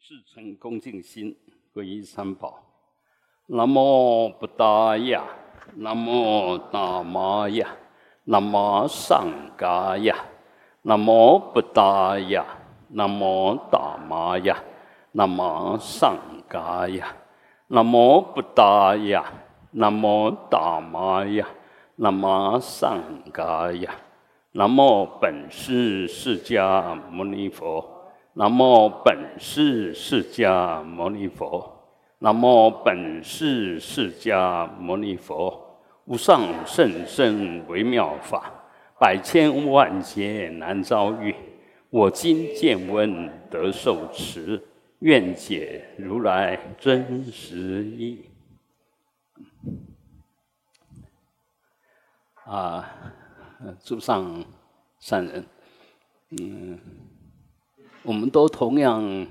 至诚恭敬心，皈依三宝。南无布达雅，南无达玛雅，南无上伽雅，南无布达雅，南无达玛雅，南无上伽雅，南无布达雅，南无达玛雅，南无上伽雅，南无本师释迦牟尼佛。南无本师释迦牟尼佛，南无本师释迦牟尼佛，无上甚深微妙法，百千万劫难遭遇。我今见闻得受持，愿解如来真实义。诸上善人，我们都同样，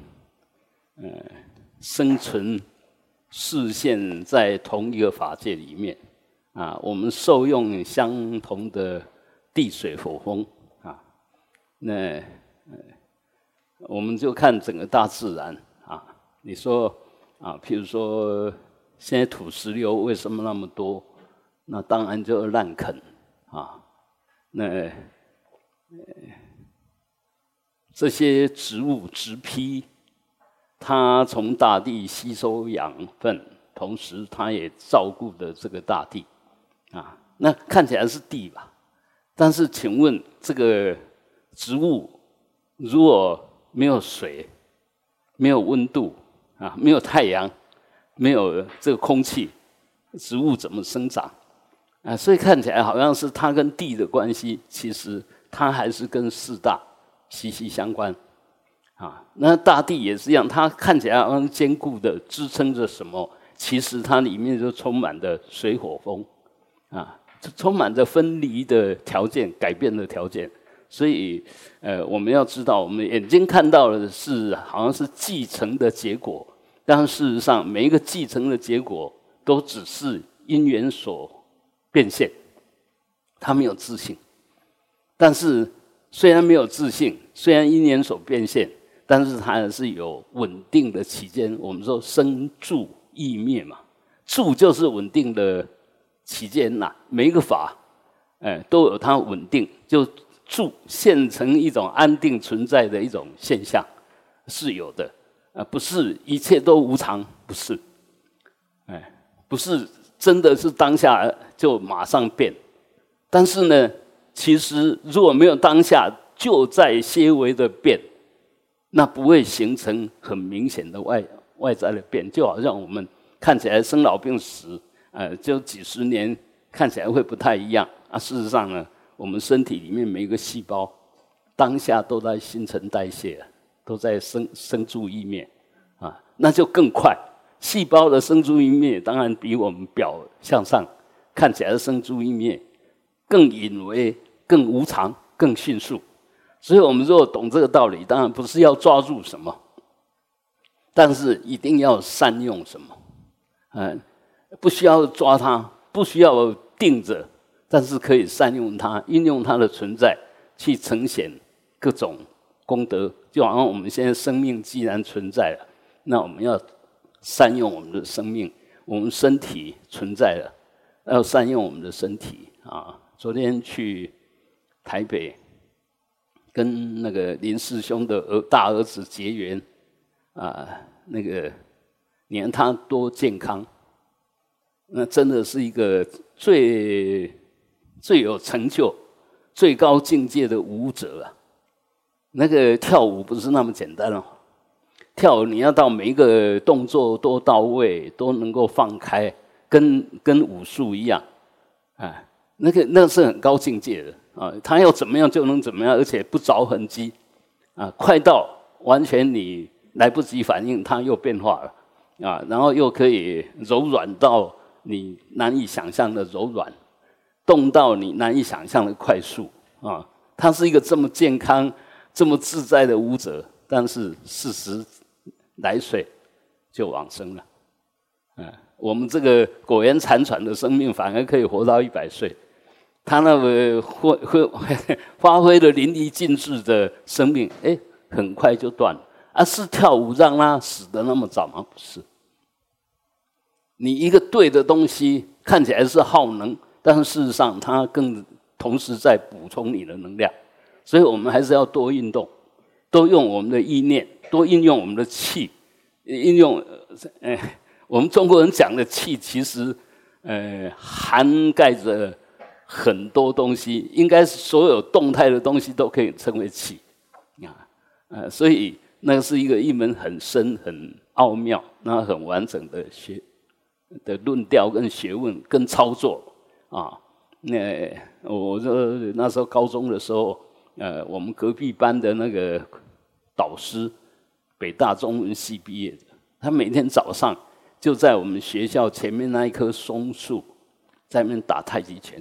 生存视现在同一个法界里面啊，我们受用相同的地水火风啊，那我们就看整个大自然啊，你说啊，譬如说现在土石流为什么那么多？那当然就滥垦啊，那这些植物植批，它从大地吸收养分，同时它也照顾的这个大地啊。那看起来是地吧，但是请问这个植物如果没有水、没有温度啊、没有太阳、没有这个空气，植物怎么生长啊？所以看起来好像是它跟地的关系，其实它还是跟四大息息相关啊。那大地也是一样，它看起来好像坚固的支撑着什么，其实它里面就充满着水火风啊，充满着分离的条件、改变的条件。所以我们要知道，我们眼睛看到的是好像是继承的结果，但事实上每一个继承的结果都只是因缘所变现，它没有自性。但是虽然没有自性，虽然因缘所变现，但是它还是有稳定的期间。我们说生住异灭嘛，住就是稳定的期间呐。每一个法，都有它稳定，就住现成一种安定存在的一种现象，是有的。不是一切都无常，不是，不是真的是当下就马上变。但是呢，其实如果没有当下就在些微的变，那不会形成很明显的外在的变。就好像我们看起来生老病死，就几十年看起来会不太一样啊。事实上呢，我们身体里面每一个细胞当下都在新陈代谢，都在生住异灭啊，那就更快。细胞的生住异灭当然比我们表象上看起来的生住异灭更隐微、更无常、更迅速。所以我们如果懂这个道理，当然不是要抓住什么，但是一定要善用什么。不需要抓它，不需要定着，但是可以善用它，运用它的存在去呈现各种功德。就好像我们现在生命既然存在了，那我们要善用我们的生命。我们身体存在了，要善用我们的身体啊。昨天去台北，跟那个林师兄的大儿子结缘啊，那个你看他多健康，那真的是一个最有成就、最高境界的舞者啊。那个跳舞不是那么简单哦，跳舞你要到每一个动作都到位，都能够放开，跟武术一样，那个是很高境界的啊。他要怎么样就能怎么样，而且不着痕迹啊，快到完全你来不及反应，它又变化了啊，然后又可以柔软到你难以想象的柔软，动到你难以想象的快速啊。他是一个这么健康、这么自在的舞者，但是40来岁就往生了。我们这个苟延残喘的生命，反而可以活到100岁。他那个发挥的淋漓尽致的生命，很快就断了。 是跳舞让他死得那么早吗？不是。你一个对的东西看起来是耗能，但是事实上它更同时在补充你的能量。所以我们还是要多运动，多用我们的意念，多运用我们的气，运用我们中国人讲的气，其实涵盖着很多东西，应该是所有动态的东西都可以称为气所以那是一门很深、很奥妙、那很完整的论调跟学问跟操作那我那时候高中的时候，我们隔壁班的那个导师，北大中文系毕业的，他每天早上就在我们学校前面那一棵松树，在那边打太极拳，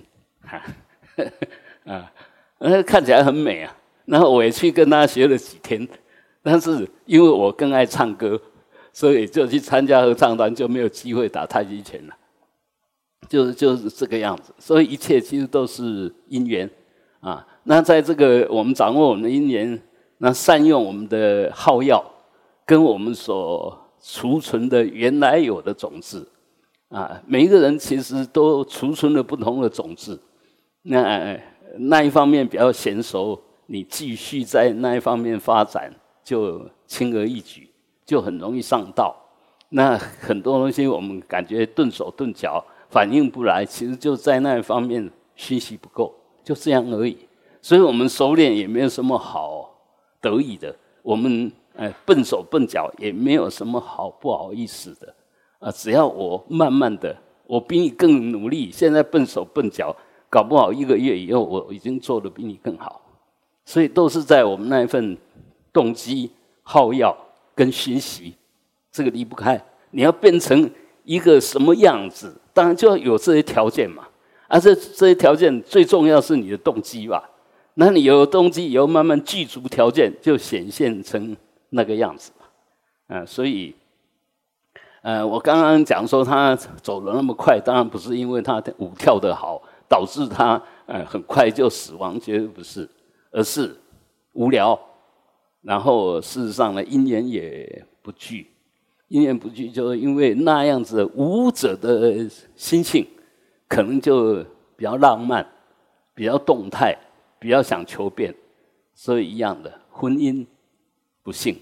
看起来很美啊。然后我也去跟他学了几天，但是因为我更爱唱歌，所以就去参加合唱团，就没有机会打太极拳了。就是这个样子，所以一切其实都是因缘那在这个我们掌握我们的因缘，那善用我们的耗药，跟我们所储存的原来有的种子每一个人其实都储存了不同的种子。那一方面比较娴熟，你继续在那一方面发展，就轻而易举，就很容易上道。那很多东西我们感觉顿手顿脚反应不来，其实就在那一方面讯息不够，就这样而已。所以我们熟练也没有什么好得意的，我们笨手笨脚也没有什么好不好意思的只要我慢慢的，我比你更努力，现在笨手笨脚，搞不好1个月以后我已经做得比你更好。所以都是在我们那一份动机、耗药跟学习，这个离不开。你要变成一个什么样子，当然就要有这些条件嘛。这些条件最重要是你的动机吧。那你有动机以后，慢慢具足条件，就显现成那个样子所以我刚刚讲说他走得那么快，当然不是因为他舞跳得好导致他很快就死亡，绝对不是，而是无聊。然后事实上呢，因缘也不具。因缘不具，就是因为那样子舞者的心性，可能就比较浪漫，比较动态，比较想求变，所以一样的婚姻不幸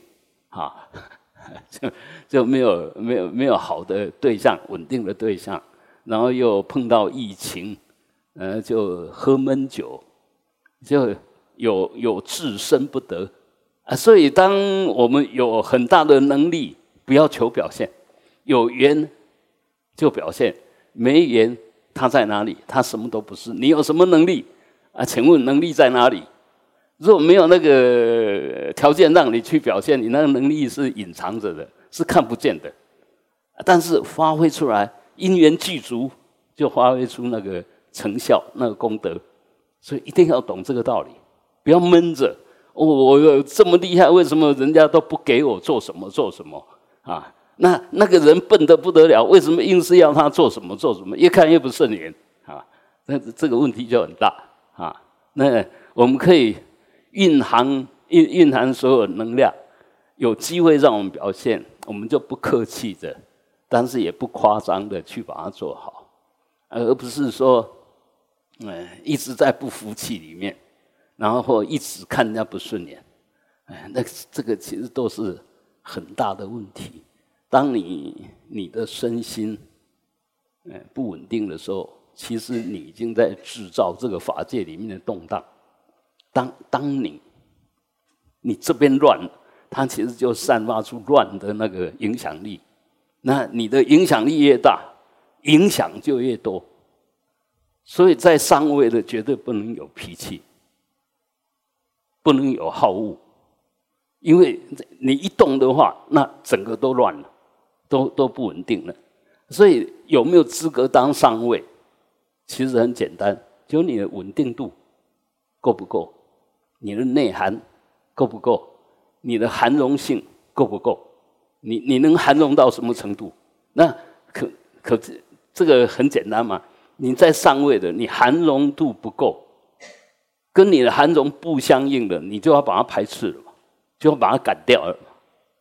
就没有好的对象，稳定的对象，然后又碰到疫情，就喝闷酒，就有志生不得所以当我们有很大的能力，不要求表现，有缘就表现，没缘他在哪里？他什么都不是。你有什么能力请问能力在哪里？如果没有那个条件让你去表现，你那个能力是隐藏着的，是看不见的。但是发挥出来，因缘具足，就发挥出那个成效、那个功德。所以一定要懂这个道理，不要闷着。我有这么厉害，为什么人家都不给我做什么？那个人笨得不得了，为什么硬是要他做什么？越看越不顺眼那这个问题就很大那我们可以蕴含所有能量，有机会让我们表现，我们就不客气的，但是也不夸张的去把它做好，而不是说一直在不服气里面，然后或一直看人家不顺眼那这个其实都是很大的问题。当你的身心不稳定的时候，其实你已经在制造这个法界里面的动荡。当你这边乱，它其实就散发出乱的那个影响力。那你的影响力越大，影响就越多。所以在上位的绝对不能有脾气，不能有好恶，因为你一动的话，那整个都乱了，都不稳定了。所以有没有资格当上位，其实很简单，就你的稳定度够不够，你的内涵够不够，你的含容性够不够，你能含容到什么程度？那可这个很简单嘛，你在上位的，你含容度不够，跟你的含容不相应的，你就要把它排斥了嘛，就要把它赶掉了嘛。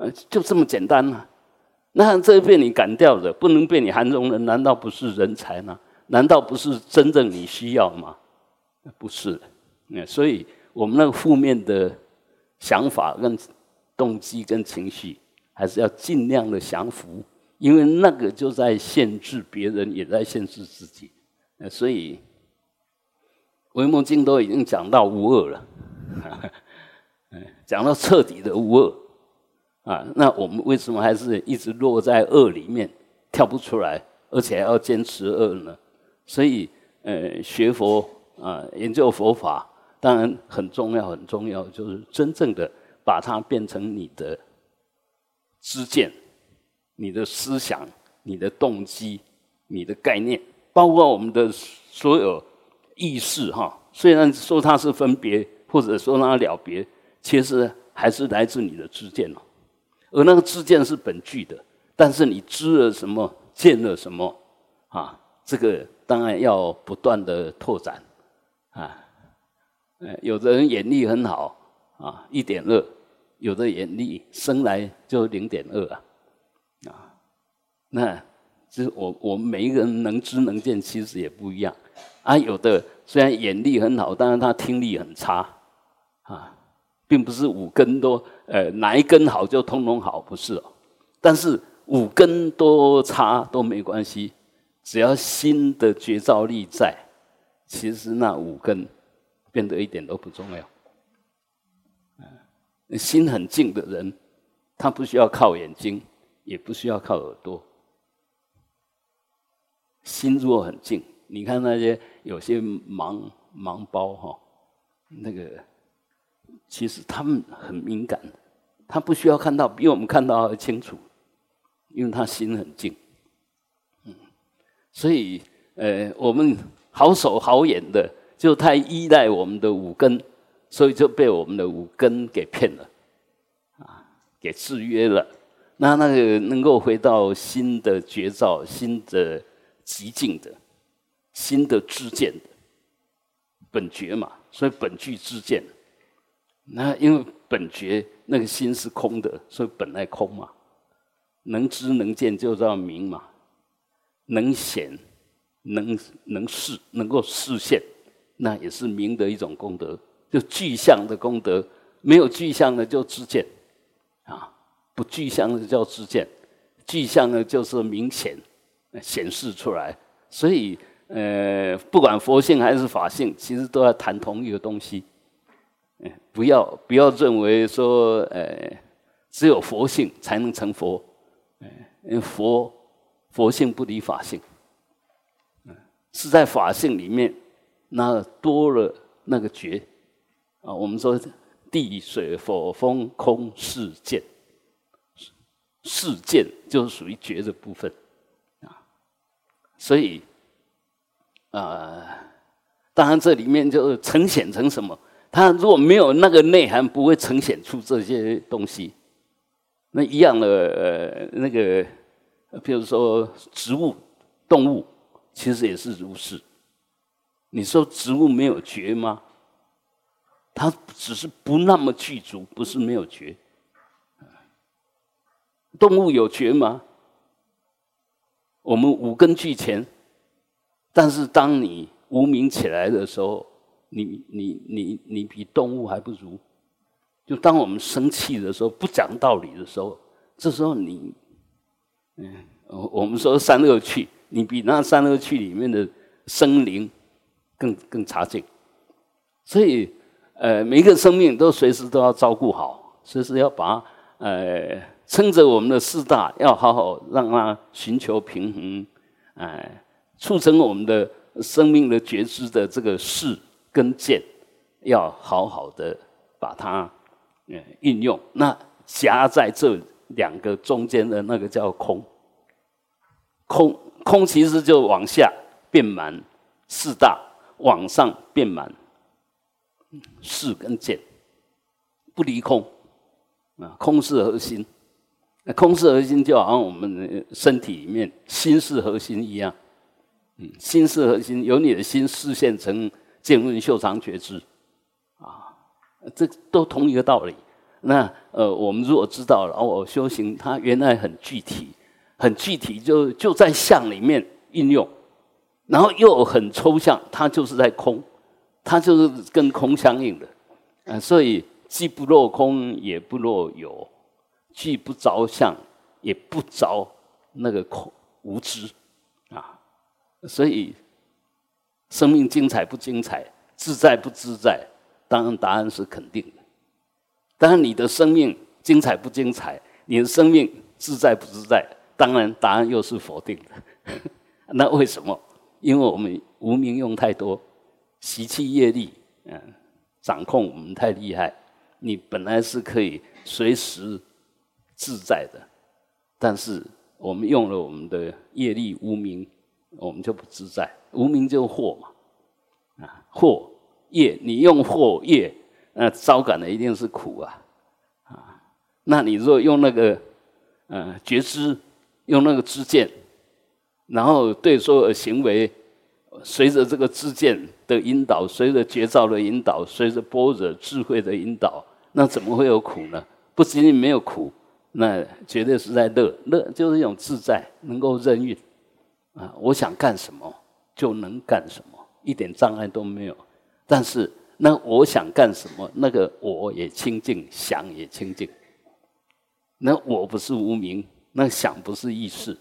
就这么简单啊。那这被你赶掉的，不能被你含容的，难道不是人才吗？难道不是真正你需要吗？不是。所以我们那个负面的想法跟动机跟情绪，还是要尽量的降服，因为那个就在限制别人，也在限制自己。所以维摩经都已经讲到无二了，讲到彻底的无二啊。那我们为什么还是一直落在恶里面，跳不出来，而且还要坚持恶呢？所以学佛啊，研究佛法，当然很重要，很重要，就是真正的把它变成你的知见、你的思想、你的动机、你的概念，包括我们的所有意识哈。虽然说它是分别，或者说它了别，其实还是来自你的知见哦。而那个知见是本具的，但是你知了什么，见了什么啊？这个当然要不断的拓展啊。有的人眼力很好啊，1.2；有的眼力生来就0.2啊。那就是我们每一个人能知能见，其实也不一样啊。有的虽然眼力很好，但是他听力很差啊，并不是5根都哪一根好就通通好，不是哦。但是5根都差都没关系，只要心的觉照力在，其实那5根变得一点都不重要。心很静的人，他不需要靠眼睛，也不需要靠耳朵。心若很静，你看那些有些盲包哈，那个其实他们很敏感，他不需要看到比我们看到还清楚，因为他心很静。所以我们好手好眼的，就太依赖我们的5根，所以就被我们的5根给骗了啊，给制约了。那个能够回到心的觉照，心的极静的，心的知见的本觉嘛，所以本具知见。那因为本觉那个心是空的，所以本来空嘛。能知能见就叫明嘛，能显能视，能够视现，那也是明的一种功德，就具象的功德。没有具象的就知见啊，不具象的叫知见，具象的就是明显显示出来。所以不管佛性还是法性，其实都要谈同一个东西。不要认为说只有佛性才能成佛，因为佛性不离法性，是在法性里面那多了那个觉啊。我们说地水火风空世见，世见就是属于觉的部分啊。所以当然这里面就呈现成什么？它如果没有那个内涵，不会呈现出这些东西。那一样的那个，比如说植物、动物，其实也是如是。你说植物没有觉吗？它只是不那么具足，不是没有觉。动物有觉吗？我们5根俱全，但是当你无明起来的时候，你比动物还不如。就当我们生气的时候，不讲道理的时候，这时候我们说3恶趣，你比那3恶趣里面的生灵更差劲。所以每一个生命都随时都要照顾好，随时要把撑着我们的4大，要好好让它寻求平衡，促成我们的生命的觉知的这个视跟见，要好好的把它运用。那夹在这2个中间的那个叫空。空其实就往下变满4大，往上变满视跟见，不离空啊。空是核心，空是核心就好像我们身体里面心是核心一样。心是核心，由你的心视现成见闻嗅尝觉知啊，这都同一个道理。 那我们如果知道了，我修行它原来很具体，很具体就在相里面运用，然后又很抽象，它就是在空，它就是跟空相应的，所以既不落空，也不落有，既不着相，也不着那个空无知啊。所以生命精彩不精彩，自在不自在，当然答案是肯定的。当然你的生命精彩不精彩，你的生命自在不自在，当然答案又是否定的。那为什么？因为我们无明用太多，习气业力掌控我们太厉害。你本来是可以随时自在的，但是我们用了我们的业力无明，我们就不自在。无明就是惑嘛，惑业，你用惑业，招感的一定是苦啊。那你如果用那个觉知，用那个知见，然后对所有的行为，随着这个知见的引导，随着觉照的引导，随着般若智慧的引导，那怎么会有苦呢？不仅仅没有苦，那绝对是在乐，乐就是一种自在，能够任运我想干什么就能干什么，一点障碍都没有。但是那我想干什么，那个我也清净，想也清净。那我不是无明，那想不是意识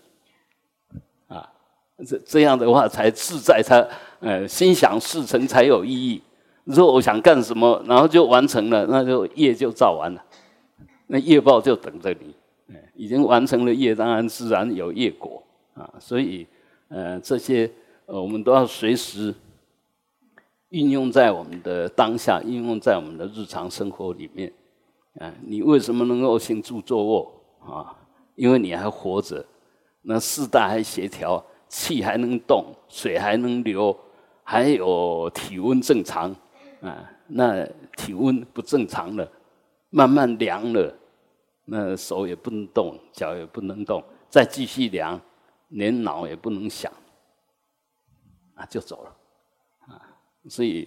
这样的话才自在，才心想事成才有意义。如果我想干什么，然后就完成了，那就业就造完了，那业报就等着你。已经完成了业，当然自然有业果所以这些我们都要随时运用在我们的当下，运用在我们的日常生活里面你为什么能够行住坐卧因为你还活着，那四大还协调，气还能动，水还能流，还有体温正常那体温不正常了，慢慢凉了，那手也不能动，脚也不能动，再继续凉，连脑也不能想就走了所以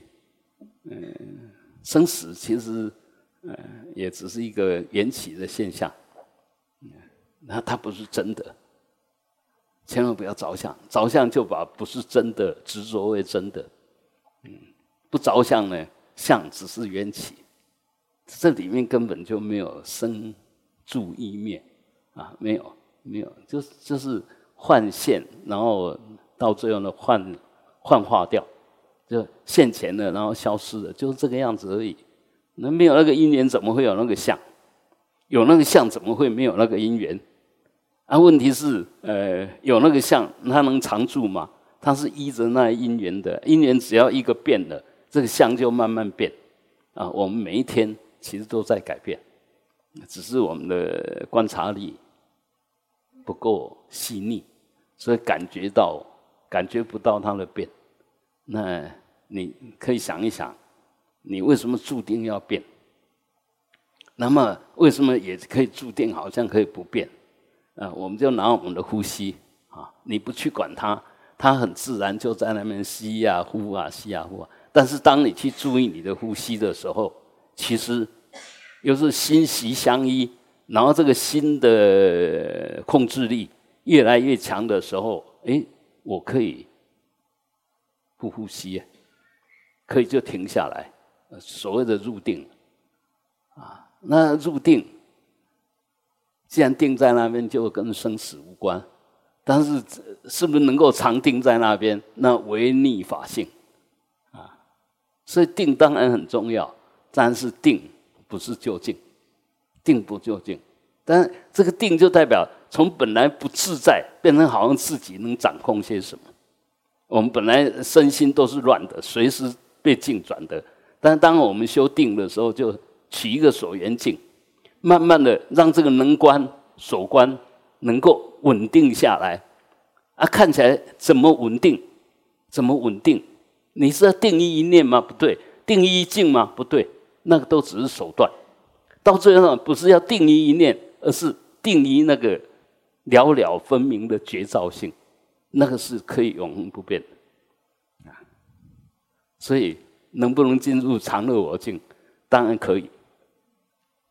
生死其实也只是一个缘起的现象那它不是真的，千万不要着相，着相就把不是真的执着为真的不着相呢，相只是缘起，这里面根本就没有生住意灭没有，就是幻现，然后到最后呢幻化掉，就现前了，然后消失了，就是这个样子而已。那没有那个因缘，怎么会有那个相？有那个相，怎么会没有那个因缘？问题是，有那个相，它能常住吗？它是依着那因缘的，因缘只要一个变了，这个相就慢慢变我们每一天其实都在改变，只是我们的观察力不够细腻，所以感觉不到它的变。那你可以想一想，你为什么注定要变？那么为什么也可以注定好像可以不变？我们就拿我们的呼吸你不去管它，它很自然就在那边吸呼吸呼但是当你去注意你的呼吸的时候，其实又是心息相依，然后这个心的控制力越来越强的时候，我可以不呼吸，可以就停下来，所谓的入定那入定既然定在那边，就跟生死无关。但是是不是能够常定在那边？那唯逆法性所以定当然很重要，但是定不是究竟，定不究竟。但这个定就代表从本来不自在，变成好像自己能掌控些什么。我们本来身心都是乱的，随时被境转的。但当我们修定的时候，就取一个所缘境，慢慢的让这个能观所观能够稳定下来看起来怎么稳定？怎么稳定？你是要定义一念吗？不对。定义一境吗？不对。那个都只是手段。到最后不是要定义一念，而是定义那个了了分明的觉照性，那个是可以永恒不变的所以能不能进入常乐我净？当然可以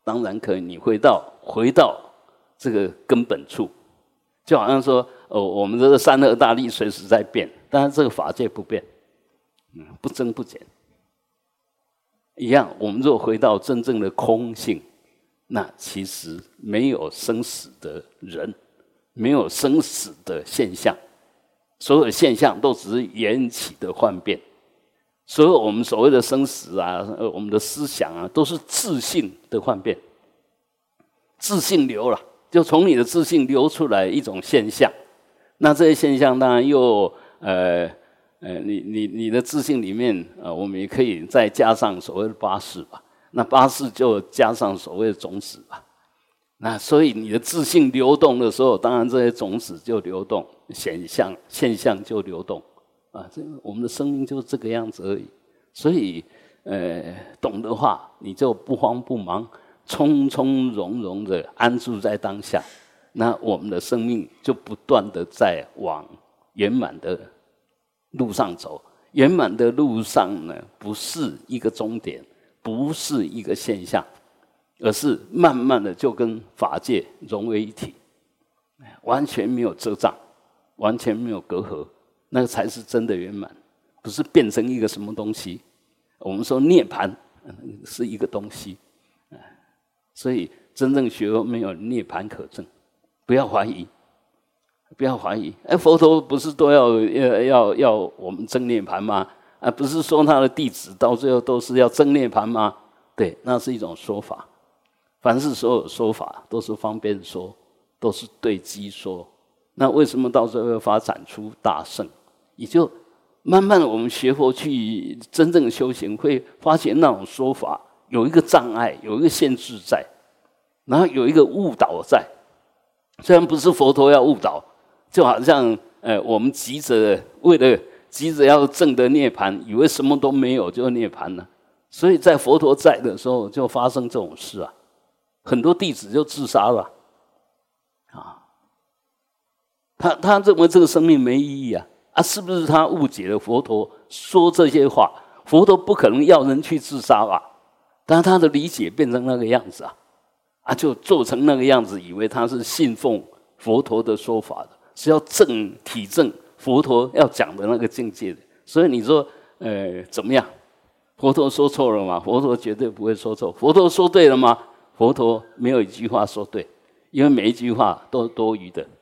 当然可以，你回到这个根本处，就好像说，我们这个三河大力随时在变，但是这个法界不变，不增不减。一样，我们若回到真正的空性，那其实没有生死的人，没有生死的现象，所有现象都只是缘起的幻变。所有我们所谓的生死啊，我们的思想啊，都是自性的幻变，自性流了，就从你的自性流出来一种现象。那这些现象当然又你的自性里面我们也可以再加上所谓的八识吧。那八识就加上所谓的种子吧。那所以你的自性流动的时候，当然这些种子就流动，现象就流动。这我们的生命就是这个样子而已。所以，懂的话，你就不慌不忙，从从容容的安住在当下。那我们的生命就不断的在往圆满的路上走。圆满的路上呢，不是一个终点，不是一个现象，而是慢慢的就跟法界融为一体，完全没有遮障，完全没有隔阂。那个才是真的圆满，不是变成一个什么东西。我们说涅槃是一个东西，所以真正学佛没有涅槃可证，不要怀疑，不要怀疑。佛陀不是都要我们证涅槃吗？不是说他的弟子到最后都是要证涅槃吗？对，那是一种说法。凡是所有说法都是方便说，都是对机说。那为什么到最后发展出大乘？也就慢慢的，我们学佛去真正修行，会发现那种说法有一个障碍，有一个限制在，然后有一个误导在。虽然不是佛陀要误导，就好像我们为了急着要证得涅槃，以为什么都没有就涅槃了。所以在佛陀在的时候，就发生这种事啊，很多弟子就自杀了他认为这个生命没意义啊。是不是他误解了佛陀说这些话？佛陀不可能要人去自杀吧？但是他的理解变成那个样子就做成那个样子，以为他是信奉佛陀的说法的，是要体证佛陀要讲的那个境界的。所以你说，怎么样？佛陀说错了吗？佛陀绝对不会说错。佛陀说对了吗？佛陀没有一句话说对，因为每一句话都是多余的。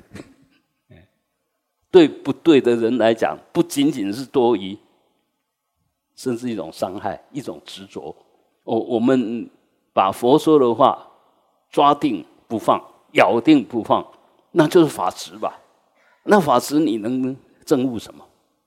对不对的人来讲，不仅仅是多余，甚至一种伤害，一种执着。我们把佛说的话抓定不放，咬定不放，那就是法执吧？那法执你能证悟什么？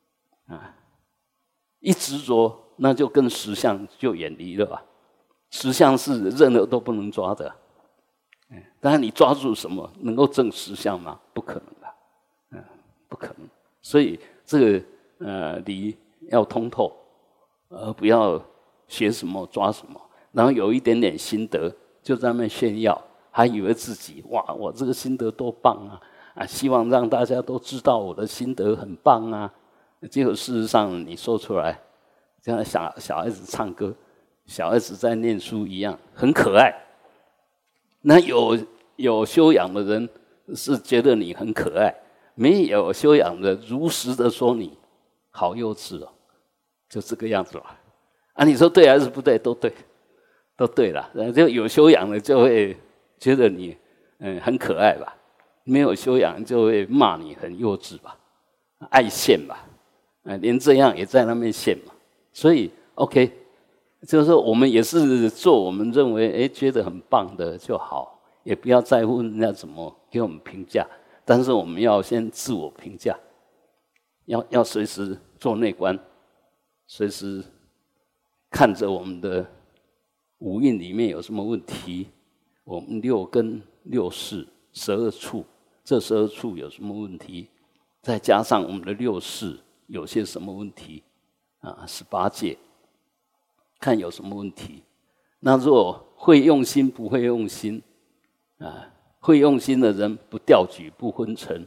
一执着，那就跟实相就远离了吧？实相是任何都不能抓的。当然，你抓住什么能够证实相吗？不可能的。不可能，所以这个理要通透，而不要学什么抓什么，然后有一点点心得就在那边炫耀，还以为自己哇，我这个心得多棒希望让大家都知道我的心得很棒结果事实上你说出来，就像小孩子唱歌，小孩子在念书一样，很可爱。那有修养的人是觉得你很可爱。没有修养的，如实的说你好幼稚就这个样子吧。你说对还是不对？都对，都对了。就有修养的就会觉得你很可爱吧，没有修养就会骂你很幼稚吧，爱现吧，连这样也在那边现嘛。所以 OK， 就是说我们也是做我们认为觉得很棒的就好，也不要在乎人家怎么给我们评价。但是我们要先自我评价，要随时做内观，随时看着我们的五蕴里面有什么问题，我们六根、六识、12处，这12处有什么问题，再加上我们的六识有些什么问题18界，看有什么问题。那若会用心不会用心会用心的人不掉举不昏沉，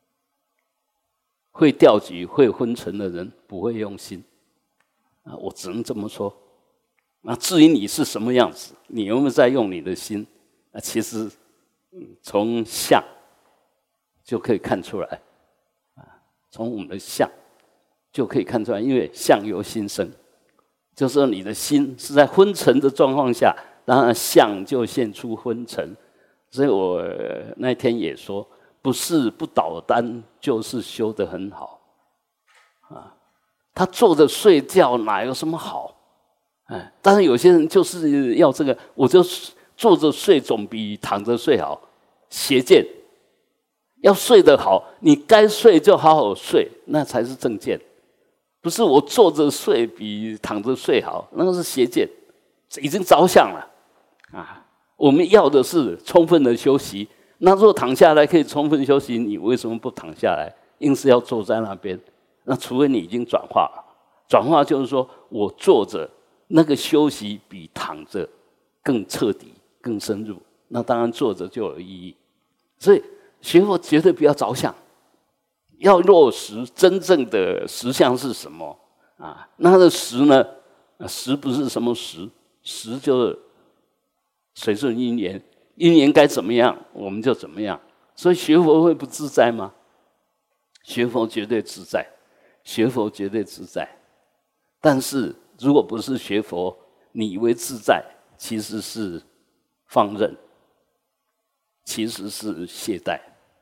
会掉举会昏沉的人不会用心我只能这么说。 那至于你是什么样子，你有没有在用你的心？其实从相就可以看出来，从我们的相就可以看出来，因为相由心生，就是说你的心是在昏沉的状况下，当然相就现出昏沉。所以我那天也说，不是不倒单，就是修得很好啊。他坐着睡觉哪有什么好？但是有些人就是要这个，我就坐着睡总比躺着睡好，邪见。要睡得好，你该睡就好好睡，那才是正见。不是我坐着睡比躺着睡好，那个是邪见，已经着相了啊！我们要的是充分的休息。那如果躺下来可以充分休息，你为什么不躺下来，硬是要坐在那边？那除非你已经转化了。转化就是说我坐着。那个休息比躺着更彻底、更深入，那当然坐着就有意义。所以学佛绝对不要着相，要落实真正的实相是什么啊？那它的实呢？实不是什么实，实就是随顺因缘，因缘该怎么样我们就怎么样。所以学佛会不自在吗？学佛绝对自在，学佛绝对自在，但是。如果不是学佛，你以为自在，其实是放任，其实是懈怠，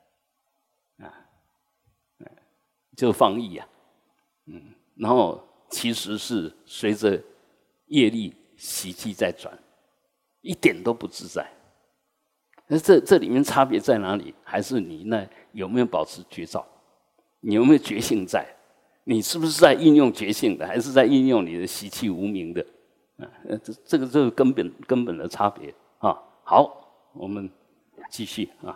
就放逸啊，然后其实是随着业力习气在转，一点都不自在。那这里面差别在哪里？还是你那有没有保持觉照？你有没有觉性在？你是不是在运用觉性的，还是在运用你的习气无明的？这个根本的差别啊。好，我们继续啊。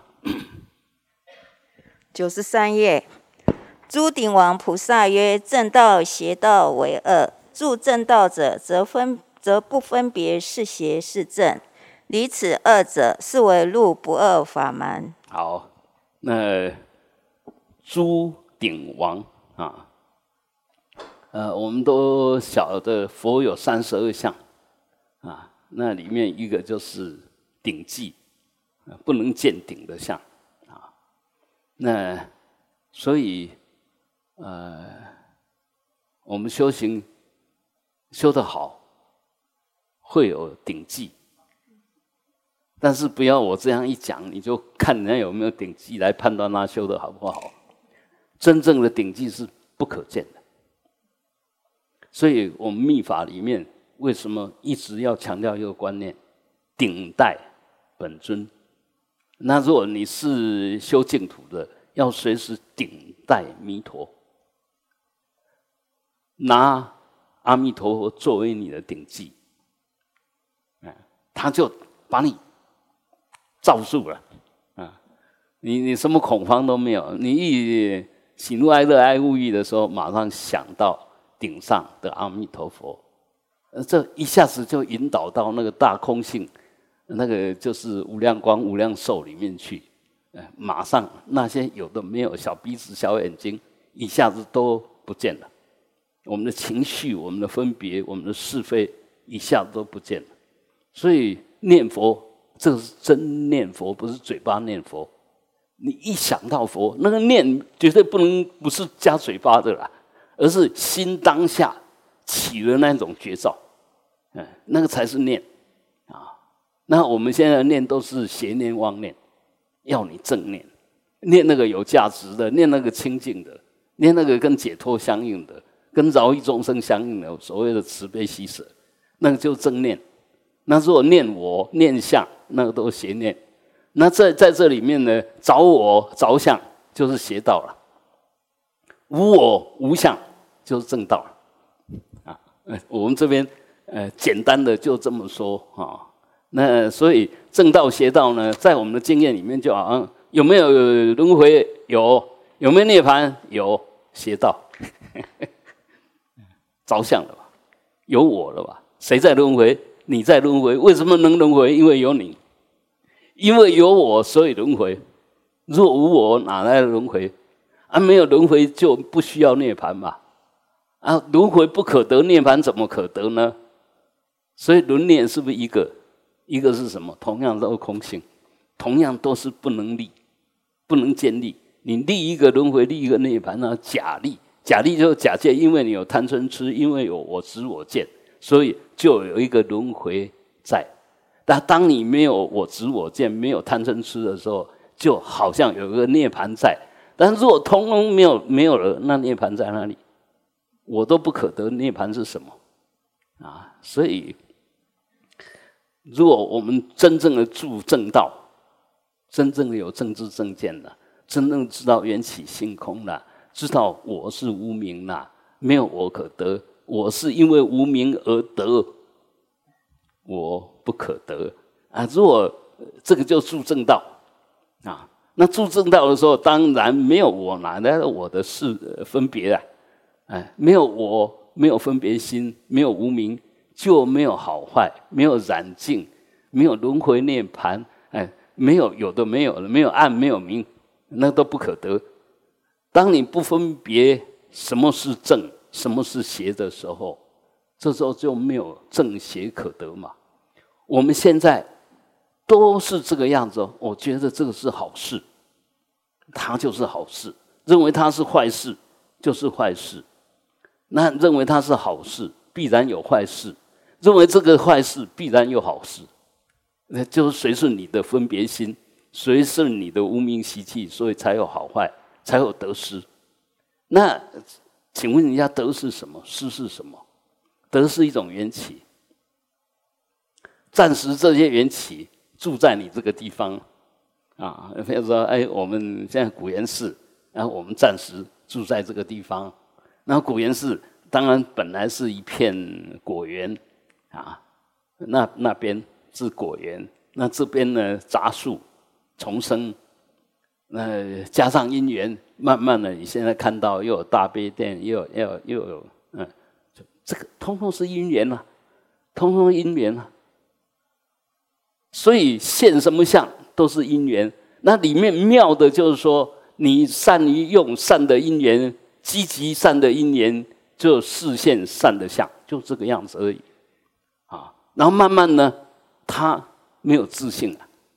93页，诸顶王菩萨曰：正道邪道为二，住正道者则不分别是邪是正，离此二者，是为入不二法门。 好，那诸顶王啊。我们都晓得佛有32相啊，那里面一个就是顶寂，不能见顶的相啊。那所以我们修行修得好，会有顶寂，但是不要我这样一讲，你就看人家有没有顶寂来判断他修得好不好。真正的顶寂是不可见的。所以我们密法里面为什么一直要强调一个观念：顶戴本尊。那如果你是修净土的，要随时顶戴弥陀，拿阿弥陀佛作为你的顶寂，他就把你罩住了啊！你什么恐慌都没有，你一喜怒哀乐爱恶欲的时候，马上想到顶上的阿弥陀佛，这一下子就引导到那个大空性，那个就是无量光无量寿里面去，马上那些有的没有小鼻子小眼睛，一下子都不见了。我们的情绪、我们的分别、我们的是非，一下子都不见了。所以念佛，这个是真念佛，不是嘴巴念佛。你一想到佛，那个念绝对不是加嘴巴的啦。而是心当下起了那种觉照，那个才是念啊。那我们现在的念都是邪念妄念，要你正念，念那个有价值的，念那个清净的，念那个跟解脱相应的，跟饶益众生相应的，所谓的慈悲喜舍，那个就是正念。那如果念我念相，那个都是邪念。那在这里面呢，找我着相就是邪道了。无我无相就是正道啊！我们这边简单的就这么说啊。那所以正道邪道呢，在我们的经验里面，就好像有没有轮回？有没有涅槃？有。邪道着相了吧？有我了吧？谁在轮回？你在轮回。为什么能轮回？因为有你，因为有我，所以轮回。若无我，哪来的轮回？没有轮回就不需要涅槃嘛。轮回不可得，涅槃怎么可得呢？ 所以轮念是不是一个？一个是什么？同样都是空性，同样都是不能立、不能建立。你立一个轮回，立一个涅槃呢？假立，假立就是假借，因为你有贪嗔痴，因为有我执我见，所以就有一个轮回在。但当你没有我执我见，没有贪嗔痴的时候，就好像有一个涅槃在。但如果通通没有了，那涅槃在哪里？我都不可得，涅槃是什么？啊，所以如果我们真正的住正道，真正的有正知正见了，真正知道缘起性空了，知道我是无明了，没有我可得，我是因为无明而得，我不可得啊！如果这个就住正道啊，那住正道的时候，当然没有我，哪来的我的事分别啊？哎，没有我，没有分别心，没有无明，就没有好坏，没有染净，没有轮回涅槃，哎，没有有的没有了，没有暗，没有明，那都不可得。当你不分别什么是正，什么是邪的时候，这时候就没有正邪可得嘛。我们现在都是这个样子，我觉得这个是好事，它就是好事；认为它是坏事，就是坏事。那认为它是好事，必然有坏事；认为这个坏事，必然有好事。那就是随顺你的分别心，随顺你的无明习气，所以才有好坏，才有得失。那请问人家得是什么？失是什么？得是一种缘起，暂时这些缘起住在你这个地方啊。比如说，哎，我们现在古岩寺，然后我们暂时住在这个地方。然后古岩寺当然本来是一片果园啊，那边是果园，那这边呢杂树丛生，那加上因缘，慢慢的你现在看到又有大悲殿，又有这个通通是因缘啊，通通因缘啊。所以现什么相都是因缘，那里面妙的就是说，你善于用善的因缘。积极善的因缘，就示现善的相，就这个样子而已啊。然后慢慢呢，他没有自信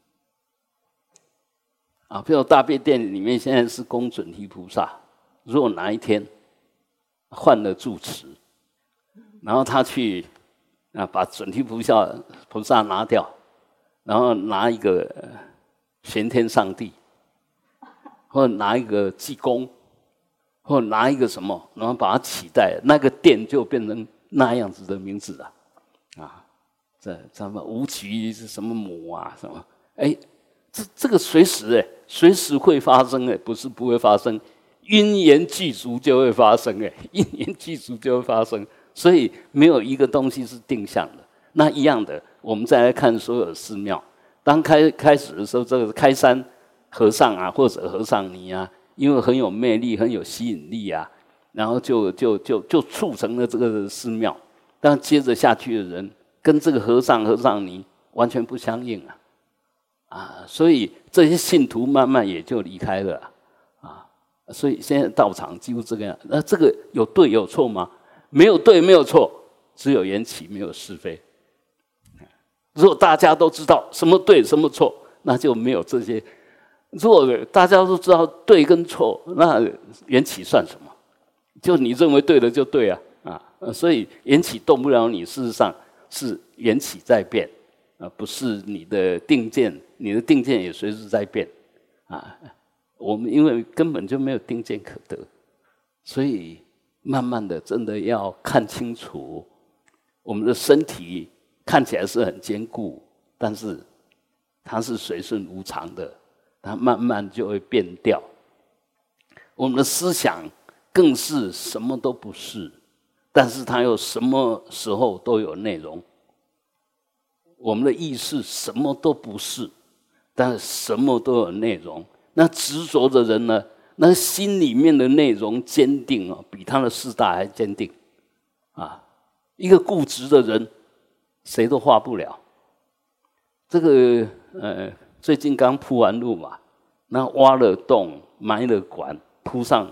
啊。比如大悲殿里面现在是供准提菩萨，如果哪一天换了住持，然后他去把准提菩萨拿掉，然后拿一个玄天上帝，或者拿一个济公。或拿一个什么，然后把它取代，那个殿就变成那样子的名字了，啊，这什么无极是什么母啊什么？哎，这个随时会发生不是不会发生，因缘具足就会发生因缘具足就会发生，所以没有一个东西是定向的。那一样的，我们再来看所有的寺庙，当开始的时候，这个开山和尚啊，或者和尚尼啊。因为很有魅力，很有吸引力啊，然后就促成了这个寺庙。但接着下去的人跟这个和尚尼完全不相应所以这些信徒慢慢也就离开了所以现在道场几乎这个样。那这个有对有错吗？没有对，没有错，只有缘起，没有是非。如果大家都知道什么对什么错，那就没有这些。如果大家都知道对跟错，那缘起算什么？就你认为对的就对所以缘起动不了你，事实上是缘起在变不是你的定见，你的定见也随时在变我们因为根本就没有定见可得，所以慢慢的真的要看清楚，我们的身体看起来是很坚固，但是它是随顺无常的。它慢慢就会变掉。我们的思想更是什么都不是，但是它又什么时候都有内容。我们的意识什么都不是，但是什么都有内容。那执着的人呢，那心里面的内容坚定比他的四大还坚定一个固执的人，谁都化不了。这个最近刚铺完路嘛，那挖了洞，埋了管，铺上，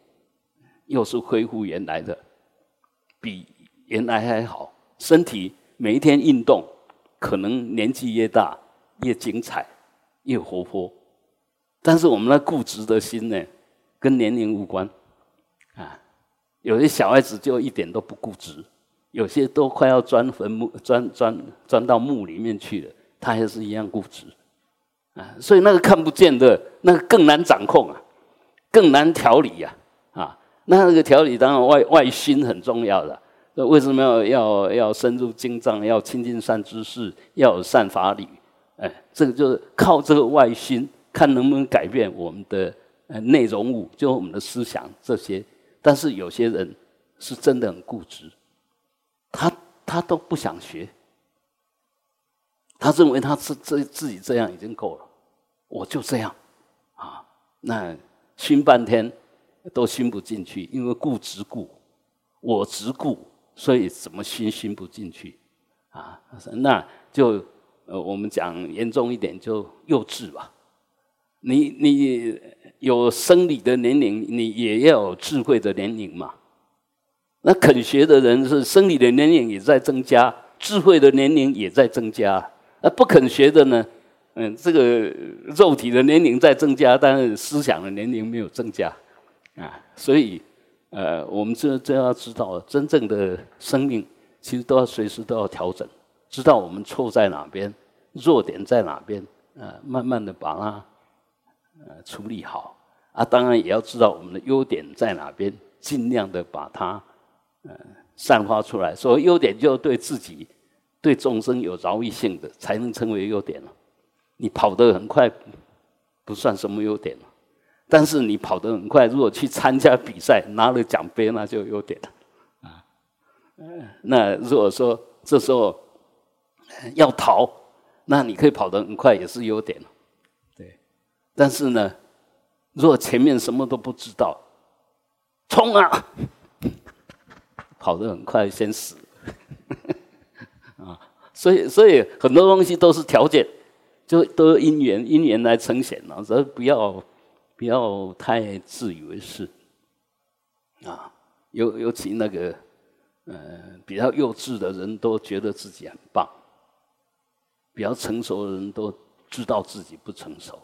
又是恢复原来的，比原来还好。身体每一天运动，可能年纪越大越精彩，越活泼。但是我们那固执的心呢，跟年龄无关啊。有些小孩子就一点都不固执，有些都快要钻坟墓、钻到墓里面去了，他还是一样固执啊。所以那个看不见的，那个更难掌控啊，更难调理呀啊。那个调理当然外心很重要的。为什么要深入经藏，要亲近善知识，要有善法理？这个就是靠这个外心，看能不能改变我们的内容物，就我们的思想这些。但是有些人是真的很固执，他都不想学，他认为他自己这样已经够了，我就这样啊，那熏半天都熏不进去，因为固执故，我执故，所以怎么熏不进去啊？那就我们讲严重一点，就幼稚吧。你有生理的年龄，你也要有智慧的年龄嘛。那肯学的人是生理的年龄也在增加，智慧的年龄也在增加。那不肯学的呢，这个肉体的年龄在增加，但是思想的年龄没有增加啊。所以我们这要知道，真正的生命其实都要随时都要调整，知道我们错在哪边，弱点在哪边，慢慢的把它处理好啊。当然也要知道我们的优点在哪边，尽量的把它散发出来。所谓优点，就对自己、对众生有饶益性的，才能称为优点了。你跑得很快，不算什么优点了。但是你跑得很快，如果去参加比赛拿了奖杯，那就有优点了啊。那如果说这时候要逃，那你可以跑得很快，也是优点了。对，但是呢，如果前面什么都不知道，冲啊，跑得很快，先死啊。所以很多东西都是条件，就都是因缘来呈现了，所以不要太自以为是啊。尤其那个比较幼稚的人都觉得自己很棒，比较成熟的人都知道自己不成熟，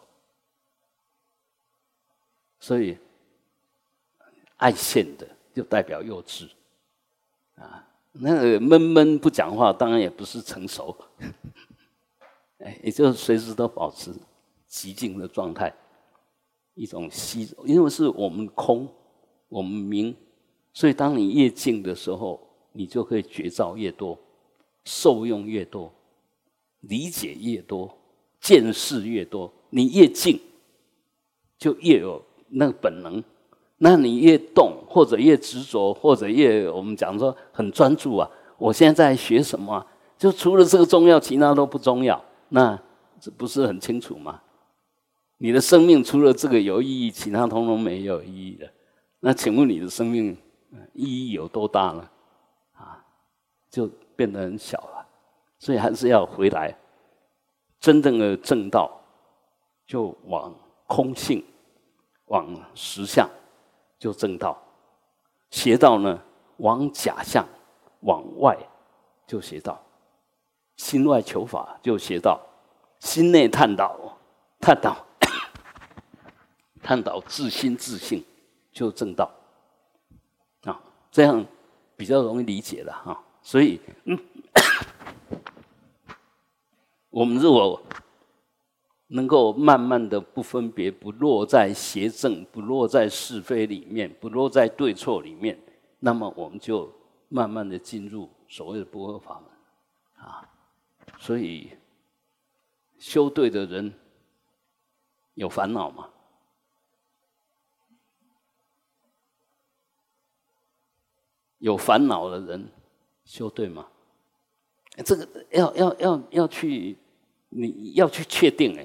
所以爱现的就代表幼稚啊。那个闷不讲话，当然也不是成熟，也就是随时都保持寂静的状态，一种息，因为是我们空，我们明，所以当你越静的时候，你就可以觉照越多，受用越多，理解越多，见识越多。你越静，就越有那个本能。那你越动，或者越执着，或者越我们讲说很专注啊，我现在在学什么啊？就除了这个重要，其他都不重要，那这不是很清楚吗？你的生命除了这个有意义，其他通通没有意义的。那请问你的生命意义有多大呢？啊，就变得很小了。所以还是要回来，真正的正道就往空性，往实相就正道；邪道呢，往假象，往外就邪道；心外求法就邪道；心内探讨自心自性就正道啊。这样比较容易理解了哈。所以我们如果能够慢慢的不分别，不落在邪正，不落在是非里面，不落在对错里面，那么我们就慢慢的进入所谓的不二法门啊。所以修对的人有烦恼吗？有烦恼的人修对吗？这个要去，你要去确定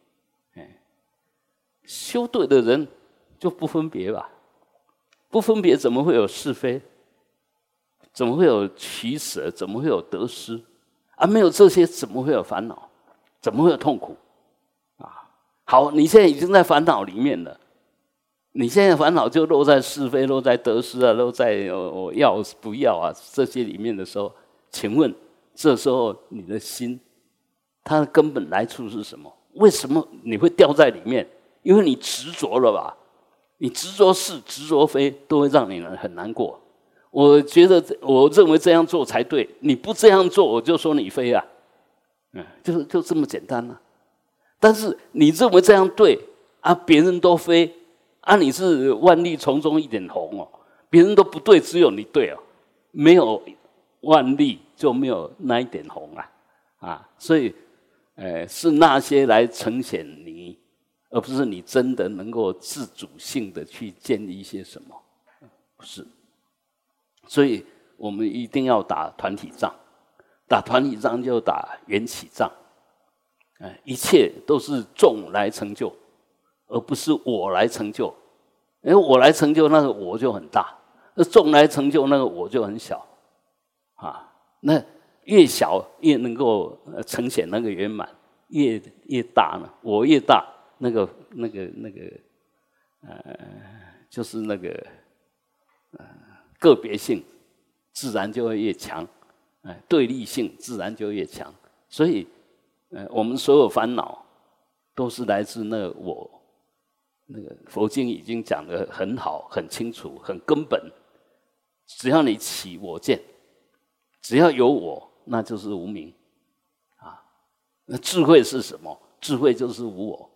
修对的人就不分别吧，不分别怎么会有是非？怎么会有取舍？怎么会有得失？啊，没有这些怎么会有烦恼？怎么会有痛苦？啊，好，你现在已经在烦恼里面了。你现在烦恼就落在是非，落在得失啊，落在我要不要啊这些里面的时候，请问这时候你的心，它的根本来处是什么？为什么你会掉在里面？因为你执着了吧？你执着是执着非，都会让你很难过。我觉得，我认为这样做才对。你不这样做，我就说你非啊，就这么简单啊。但是你认为这样对啊，别人都非啊，你是万绿丛中一点红哦，别人都不对，只有你对哦，没有万绿就没有那一点红啊，所以，是那些来呈现你，而不是你真的能够自主性的去建立一些什么，不是。所以我们一定要打团体仗，打团体仗就打缘起仗，一切都是众来成就，而不是我来成就。因为我来成就那个我就很大，那众来成就那个我就很小，那越小越能够呈现那个圆满，越大呢，我越大，就是那个个别性自然就会越强，对立性自然就越强。所以，我们所有烦恼都是来自那个我。那个佛经已经讲得很好、很清楚、很根本。只要你起我见，只要有我，那就是无明啊。那智慧是什么？智慧就是无我。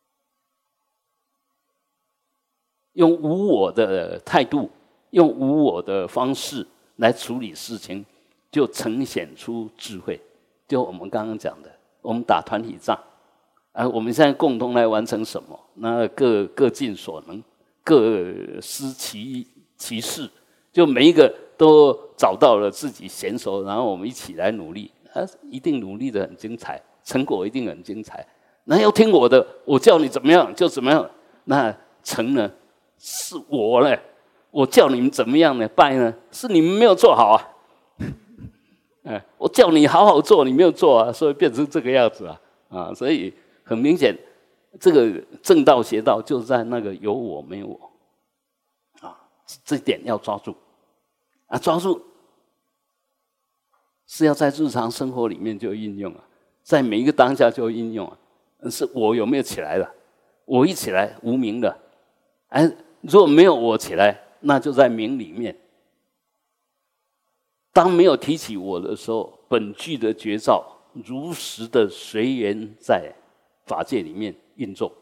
用无我的态度，用无我的方式来处理事情，就呈现出智慧。就我们刚刚讲的，我们打团体仗。我们现在共同来完成什么？那各尽所能，各司其事，就每一个都找到了自己娴熟，然后我们一起来努力，一定努力的很精彩，成果一定很精彩。那要听我的，我叫你怎么样就怎么样。那成呢，是我呢，我叫你们怎么样呢？败呢，是你们没有做好啊。我叫你好好做，你没有做啊，所以变成这个样子啊。所以。很明显，这个正道邪道就在那个有我没我这点要抓住抓住是要在日常生活里面就应用在每一个当下就应用是我有没有起来了？我一起来无明了，如果没有我起来，那就在明里面。当没有提起我的时候，本具的觉照如实的随缘在法界里面运作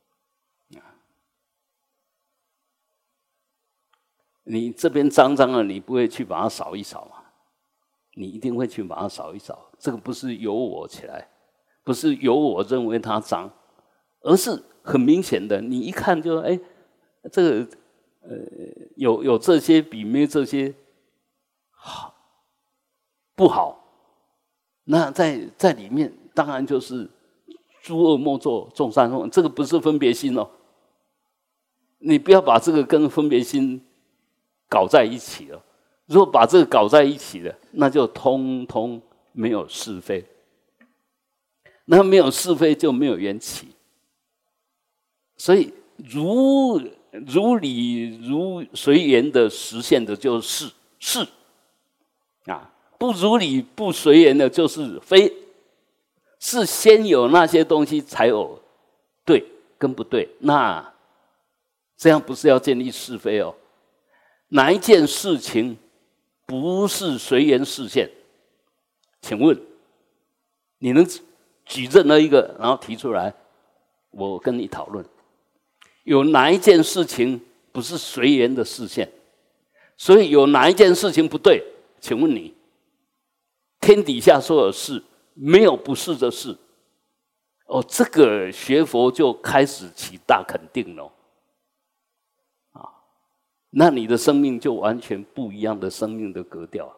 你这边脏脏了，你不会去把它扫一扫嘛？你一定会去把它扫一扫。这个不是由我起来，不是由我认为它脏，而是很明显的，你一看就这个有这些比没这些好不好？那在里面当然就是诸恶莫作，众善奉。这个不是分别心哦，你不要把这个跟分别心搞在一起了。如果把这个搞在一起了，那就通通没有是非。那没有是非就没有缘起。所以如理如随缘的实现的就是是不如理不随缘的就是非。是先有那些东西才有对跟不对，那这样不是要建立是非哦？哪一件事情不是随缘示现？请问你能举任何一个，然后提出来，我跟你讨论，有哪一件事情不是随缘的示现？所以有哪一件事情不对？请问你，天底下所有事。没有不是的事这个学佛就开始起大肯定了那你的生命就完全不一样的生命的格调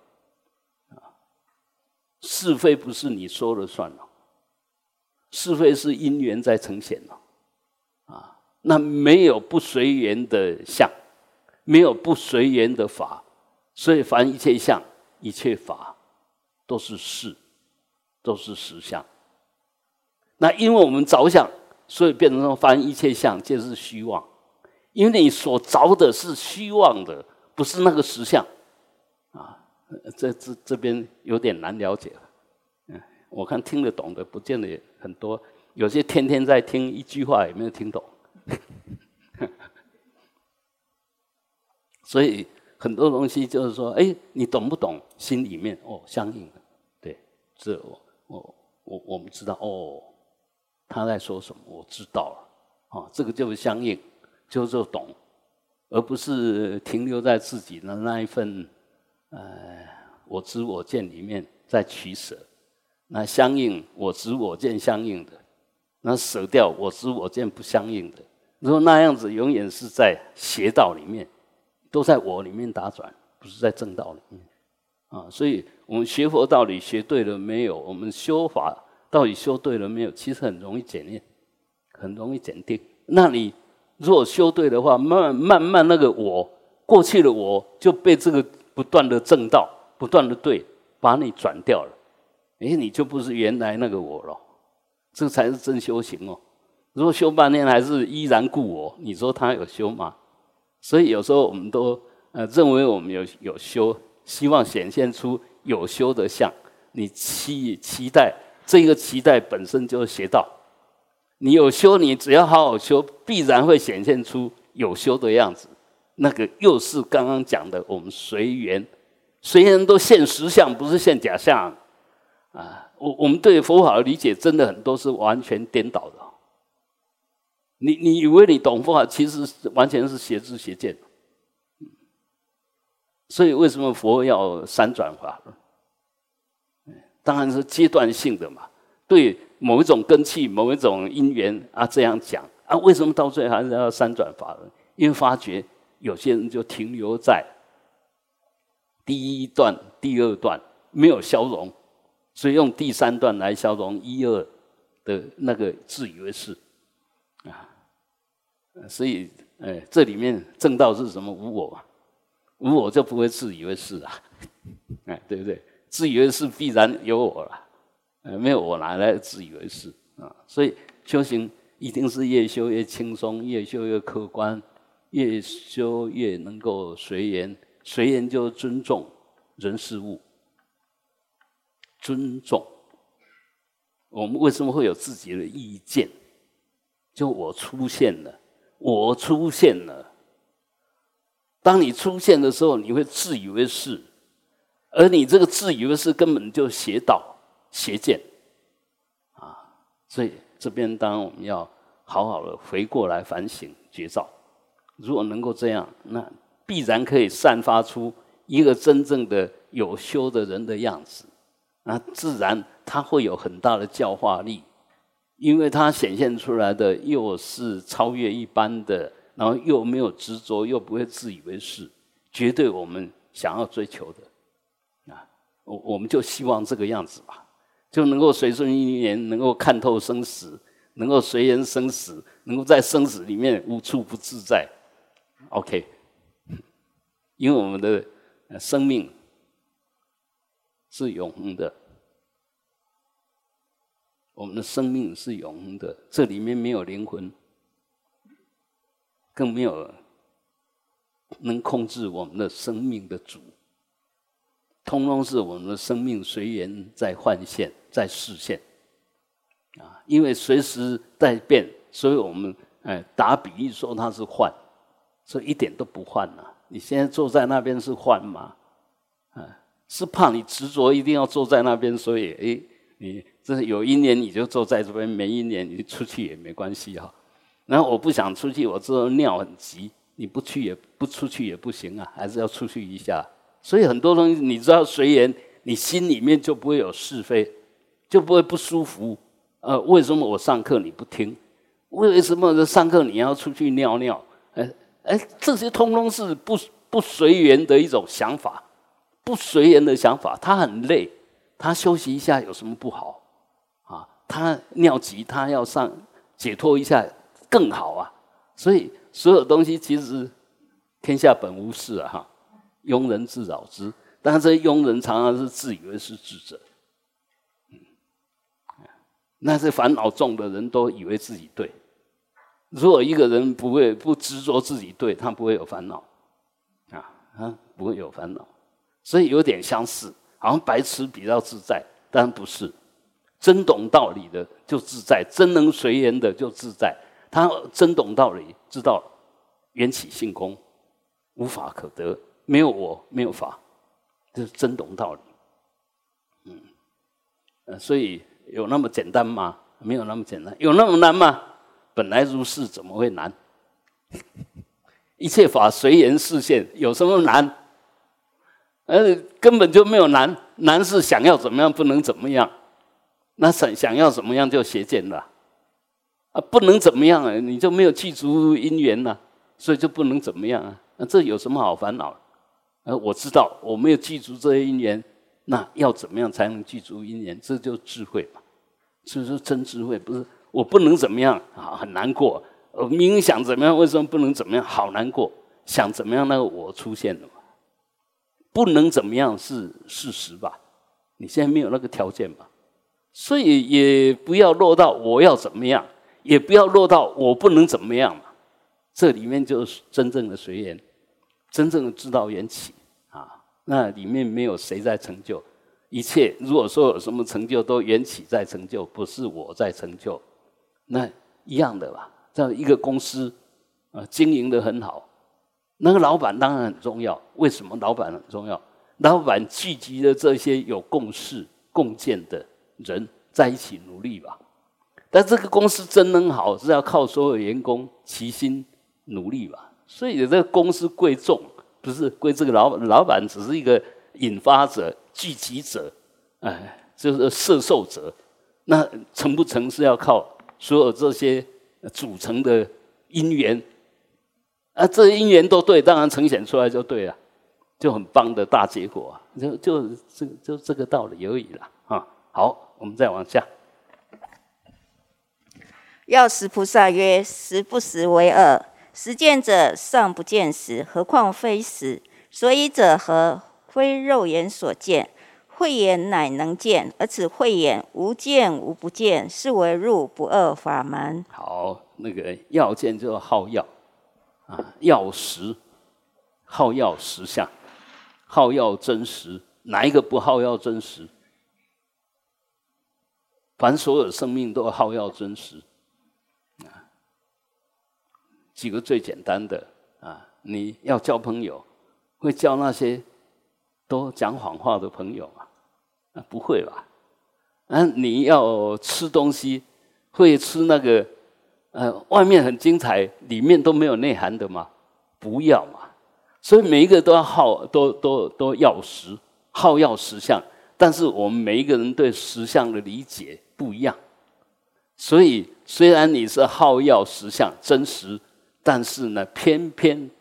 是非不是你说了算了，是非是因缘在呈现了那没有不随缘的相，没有不随缘的法，所以凡一切相一切法都是事，都是实相。那因为我们着相，所以变成说凡一切相皆是虚妄。因为你所着的是虚妄的，不是那个实相这边有点难了解我看听得懂的不见得也很多，有些天天在听，一句话也没有听懂。所以很多东西就是说，你懂不懂？心里面相应的，对，这我们知道他在说什么，我知道了，这个就是相应，就是懂，而不是停留在自己的那一份我知我见里面在取舍。那相应我知我见相应的，那舍掉我知我见不相应的。如果那样子，永远是在邪道里面，都在我里面打转，不是在正道里面所以我们学佛道理学对了没有？我们修法到底修对了没有？其实很容易检验，很容易检定。那你如果修对的话，慢慢那个我过去的我就被这个不断的正道、不断的对，把你转掉了。你就不是原来那个我了，这才是真修行哦。如果修半天还是依然故我，你说他有修吗？所以有时候我们都认为我们有修，希望显现出有修的相。你期待这个期待本身就是邪道。你有修，你只要好好修，必然会显现出有修的样子。那个又是刚刚讲的我们随缘，随缘都现实相，不是现假相我们对佛法的理解真的很多是完全颠倒的。你以为你懂佛法，其实完全是邪知邪见。所以为什么佛要三转法呢？当然是阶段性的嘛，对某一种根器、某一种因缘这样讲为什么到最后还是要三转法呢？因为发觉有些人就停留在第一段、第二段没有消融，所以用第三段来消融一二的那个自以为是所以这里面正道是什么？无我无我就不会自以为是对不对？自以为是必然有我了没有我哪来自以为是所以修行一定是越修越轻松，越修越客观，越修越能够随缘。随缘就尊重人事物，尊重。我们为什么会有自己的意见？就我出现了，我出现了。当你出现的时候，你会自以为是，而你这个自以为是根本就邪道、邪见所以这边当然我们要好好的回过来反省觉照。如果能够这样，那必然可以散发出一个真正的有修的人的样子自然他会有很大的教化力，因为他显现出来的又是超越一般的，然后又没有执着，又不会自以为是，绝对我们想要追求的我们就希望这个样子吧，就能够随顺因缘，能够看透生死，能够随缘生死，能够在生死里面无处不自在。OK， 因为我们的生命是永恒的，我们的生命是永恒的，这里面没有灵魂，更没有能控制我们的生命的主，通通是我们的生命随缘在幻现，在示现因为随时在变，所以我们打比喻说它是幻，所以一点都不幻你现在坐在那边是幻吗？是怕你执着一定要坐在那边，所以你这有因缘你就坐在这边，没因缘你出去也没关系然后我不想出去，我知道尿很急，你不出去也不行还是要出去一下。所以很多东西你知道随缘，你心里面就不会有是非，就不会不舒服。为什么我上课你不听？为什么上课你要出去尿尿？这些通通是不随缘的一种想法，不随缘的想法。他很累，他休息一下有什么不好他尿急，他要上解脱一下更好所以所有东西其实天下本无事庸人自扰之。但是这些庸人常常是自以为是智者，那些烦恼重的人都以为自己对。如果一个人不执着自己对，他不会有烦恼他不会有烦恼。所以有点相似，好像白痴比较自在，但不是。 真懂道理的就自在，真能随缘的就自在。他真懂道理，知道缘起性空，无法可得，没有我，没有法，这是真懂道理。所以有那么简单吗？没有那么简单。有那么难吗？本来如是，怎么会难？一切法随缘示现，有什么难？根本就没有难，难是想要怎么样不能怎么样，那想要怎么样就邪见了啊！不能怎么样你就没有具足因缘了，所以就不能怎么样啊！那这有什么好烦恼的？我知道我没有具足这些因缘，那要怎么样才能具足因缘？这就是智慧嘛，所以说真智慧不是我不能怎么样啊，很难过。明明想怎么样，为什么不能怎么样？好难过，想怎么样那个我出现了嘛。不能怎么样是事实吧？你现在没有那个条件嘛，所以也不要落到我要怎么样，也不要落到我不能怎么样嘛。这里面就是真正的随缘，真正的知道缘起啊。那里面没有谁在成就，一切如果说有什么成就，都缘起在成就，不是我在成就。那一样的吧。这样一个公司经营得很好。那个老板当然很重要，为什么老板很重要？老板聚集了这些有共识、共建的人在一起努力吧。但这个公司真能好，是要靠所有员工齐心努力吧。所以这个公司贵重，不是归这个老板，只是一个引发者、聚集者，就是摄受者。那成不成是要靠所有这些组成的因缘。这些因缘都对，当然呈现出来就对了，就很棒的大结果就这个道理而已了啊。好，我们再往下。 药师菩萨曰：实不实为二，实见者尚不见实，何况非实？所以者何？非肉眼所见，慧眼乃能见，而此慧眼无见无不见，是为入不二法门。 好，那个药见就是好药。药实，好药实相，好药真实，哪一个不好药真实？凡所有生命都好药真实。举个最简单的你要交朋友，会交那些都讲谎话的朋友吗？不会吧？你要吃东西，会吃那个外面很精彩，里面都没有内涵的吗？不要嘛。所以每一个都要都要实，好要实相。但是我们每一个人对实相的理解不一样，所以虽然你是好要实相真实，但是呢，偏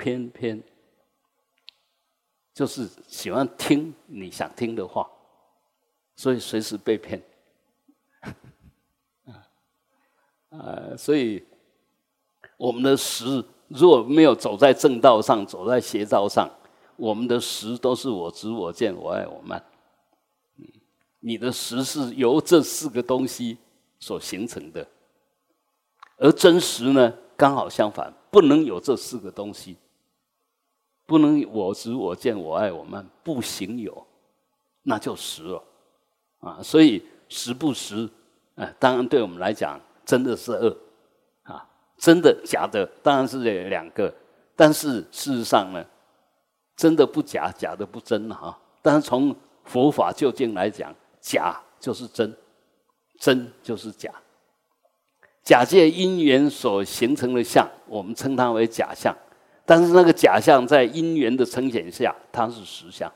就是喜欢听你想听的话，所以随时被骗。所以我们的实如果没有走在正道上，走在邪道上，我们的实都是我执我见我爱我慢。你的实是由这四个东西所形成的，而真实呢，刚好相反，不能有这四个东西，不能我执我见我爱我慢，不行有，那就实了所以实不实当然对我们来讲真的是二真的假的当然是两个，但是事实上呢，真的不假，假的不真但是从佛法究竟来讲，假就是真，真就是假。假借因缘所形成的相，我们称它为假相，但是那个假相在因缘的呈现下，它是实相。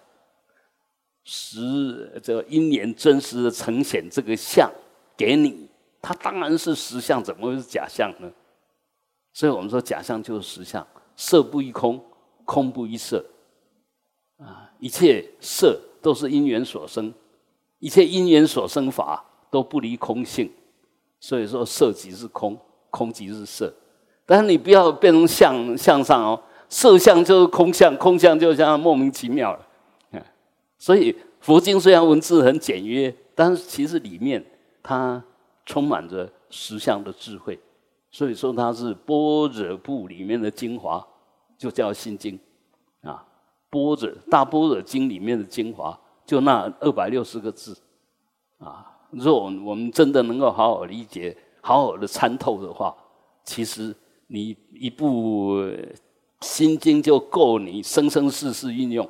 这个因缘真实的呈现这个相给你，它当然是实相，怎么会是假相呢？所以我们说假相就是实相，色不异空，空不异色一切色都是因缘所生，一切因缘所生法都不离空性，所以说色即是空，空即是色。但是你不要变成相上色相就是空相，空相就像莫名其妙了所以佛经虽然文字很简约，但是其实里面它充满着实相的智慧，所以说它是般若部里面的精华，就叫心经大般若经里面的精华，就那260个字如果我们真的能够好好理解、好好的参透的话，其实你一部《心经》就够你生生世世运用。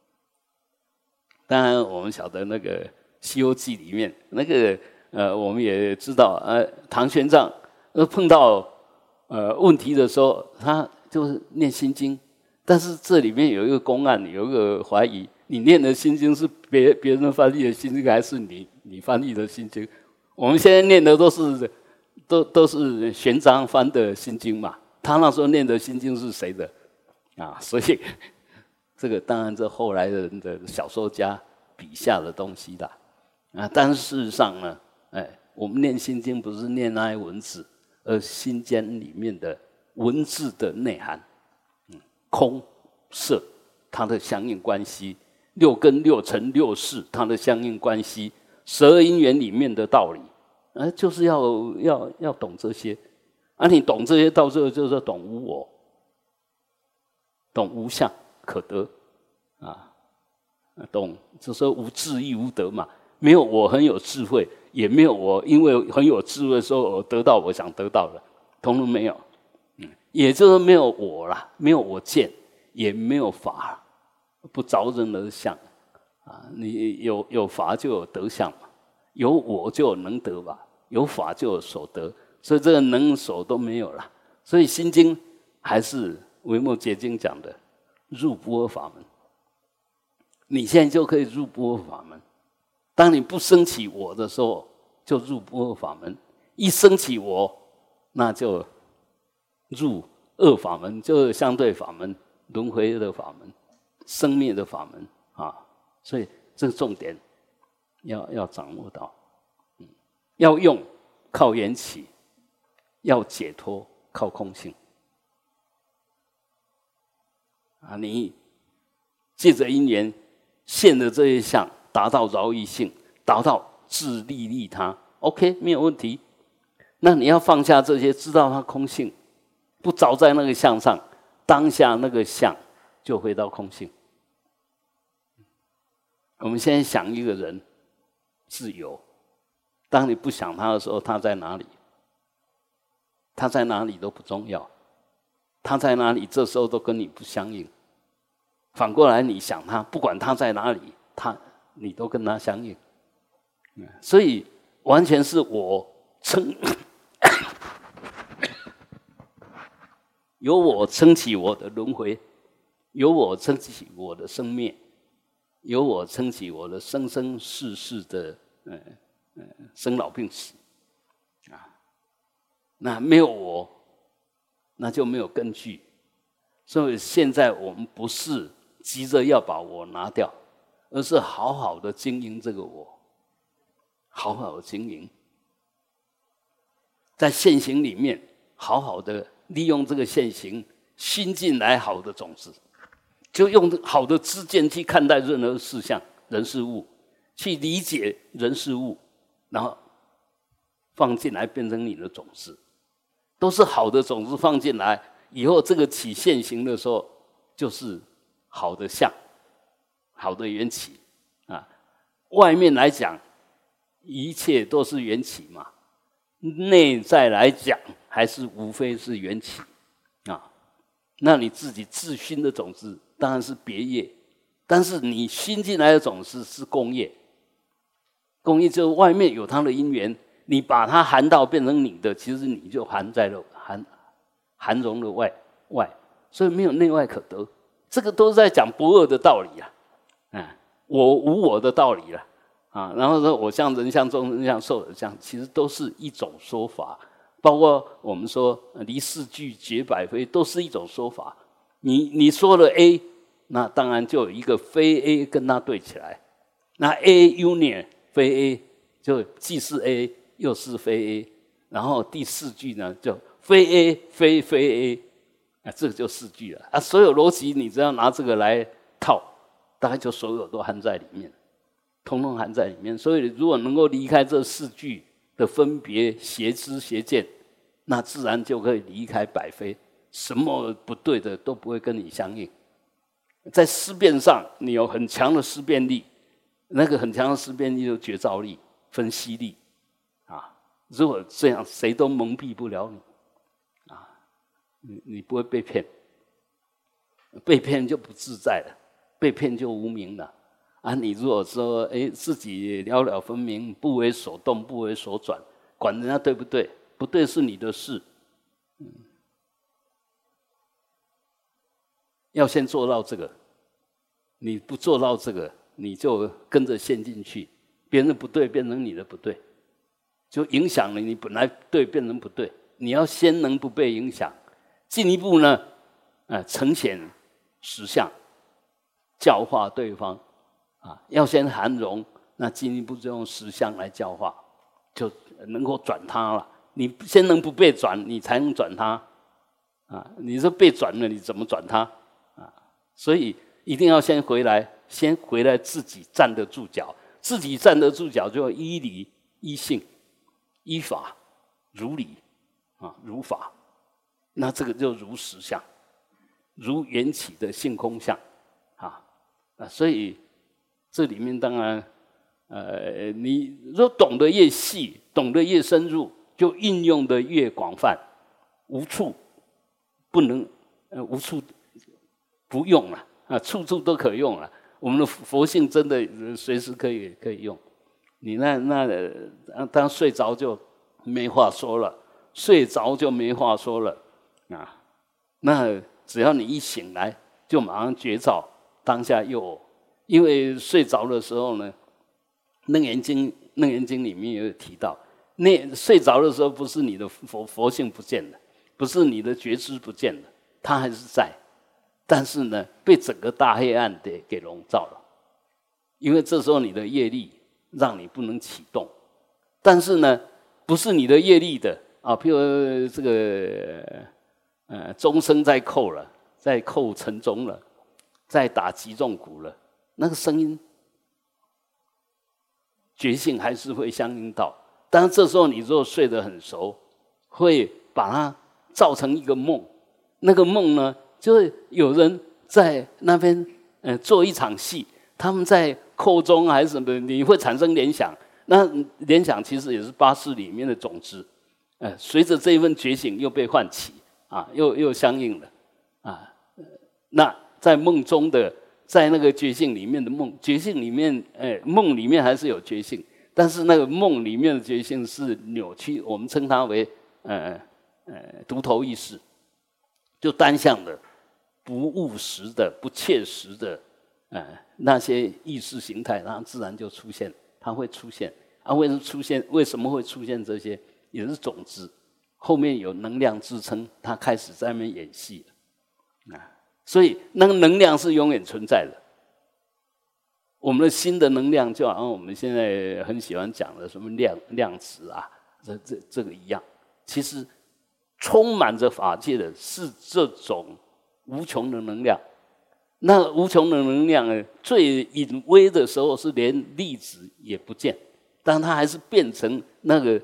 当然，我们晓得那个《西游记》里面那个我们也知道，唐玄奘碰到问题的时候，他就是念心经。但是这里面有一个公案，有一个怀疑：你念的心经是别人翻译的心经，还是你翻译的心经？我们现在念的都是玄奘翻的心经嘛。他那时候念的心经是谁的啊？所以这个当然这后来人的小说家笔下的东西啦啊。但是事实上呢，我们念心经不是念那些文字，而心经里面的文字的内涵。空色它的相应关系，六根六尘六识它的相应关系，12因缘里面的道理，就是要懂这些。你懂这些，到最后就是懂无我，懂无相可得啊，懂就是说无智亦无得嘛。没有我很有智慧，也没有我因为很有智慧的时候我得到我想得到的，通通没有。也就是没有我啦，没有我见，也没有法，不着人而相啊。你有法就有得相嘛，有我就有能得吧，有法就有所得，所以这个能所都没有了。所以《心经》还是维摩诘经讲的入不二法门。你现在就可以入不二法门。当你不升起我的时候，就入不二法门；一升起我，那就入二法门，就是相对法门、轮回的法门、生灭的法门啊。所以这个重点要掌握到，要用靠缘起，要解脱靠空性啊。你借着因缘现的这些相，达到饶益性，达到自利利他 ，OK 没有问题。那你要放下这些，知道它空性。不着在那个相上，当下那个相就回到空性。我们现在想一个人自由，当你不想他的时候，他在哪里？他在哪里都不重要，他在哪里这时候都跟你不相应。反过来你想他，不管他在哪里，你都跟他相应。所以完全是我由我撑起我的轮回，由我撑起我的生灭，由我撑起我的生生世世的生老病死啊。那没有我，那就没有根据。所以现在我们不是急着要把我拿掉，而是好好的经营这个我，好好的经营，在现行里面好好的利用这个现行熏进来好的种子，就用好的知见去看待任何事项、人事物，去理解人事物，然后放进来变成你的种子，都是好的种子放进来以后，这个起现行的时候，就是好的相，好的缘起啊。外面来讲，一切都是缘起嘛。内在来讲，还是无非是缘起啊。那你自己自熏的种子当然是别业，但是你熏进来的种子是共业。共业就是外面有它的因缘，你把它含到变成你的，其实你就含在了含容了外，所以没有内外可得。这个都是在讲不二的道理啊，我无我的道理了。啊，然后说我相人相众生相寿者相，其实都是一种说法，包括我们说离世俱绝百非，都是一种说法。你说了 A， 那当然就有一个非 A 跟它对起来，那 A union 非 A 就既是 A 又是非 A， 然后第四句呢就非 A 非 A， 这个就四句了啊。所有逻辑你只要拿这个来套，大概就所有都含在里面。统统含在里面，所以如果能够离开这四句的分别邪知邪见，那自然就可以离开百非，什么不对的都不会跟你相应。在思辨上，你有很强的思辨力，那个很强的思辨力就是觉照力分析力啊。如果这样，谁都蒙蔽不了你啊，你不会被骗，被骗就不自在了，被骗就无明了啊。你如果说自己了了分明，不为所动，不为所转，管人家对不对？不对是你的事，要先做到这个。你不做到这个，你就跟着陷进去，别人不对变成你的不对，就影响了你本来对变成不对。你要先能不被影响，进一步呢，呈现实相，教化对方啊，要先含容，那进一步就用实相来教化，就能够转他了。你先能不被转，你才能转他啊。你说被转了，你怎么转他啊？所以一定要先回来自己站得住脚，自己站得住脚就要依理、依性、依法、如理啊，如法。那这个就如实相，如缘起的性空相啊。所以这里面当然，你若懂得越细，懂得越深入，就应用的越广泛，无处不能，无处不用了啊，处处都可用了。我们的佛性真的随时可以用。你当睡着就没话说了，睡着就没话说了啊。那只要你一醒来，就马上觉照当下又我。因为睡着的时候呢，《楞严经》里面也有提到，那睡着的时候不是你的佛性不见了，不是你的觉知不见了，它还是在，但是呢，被整个大黑暗给笼罩了。因为这时候你的业力让你不能启动，但是呢，不是你的业力的啊，譬如这个钟声在扣了，在扣晨钟了，在打击钟鼓了，那个声音觉性还是会相应到。但是这时候你如果睡得很熟，会把它造成一个梦，那个梦呢，就是有人在那边做一场戏，他们在扣钟还是什么，你会产生联想。那联想其实也是八识里面的种子，随着这一份觉醒又被唤起啊，又相应了啊。那在梦中的，在那个觉性里面的梦，觉性里面，梦里面还是有觉性，但是那个梦里面的觉性是扭曲，我们称它为独头意识，就单向的、不务实的、不切实的，那些意识形态，它自然就出现，它会出现啊。为什么会出现这些？也是种子，后面有能量支撑，它开始在那边演戏了啊。所以那个能量是永远存在的。我们的心的能量，就好像我们现在很喜欢讲的什么量子啊，这个一样。其实充满着法界的是这种无穷的能量。那无穷的能量呢，最隐微的时候是连粒子也不见，但它还是变成那个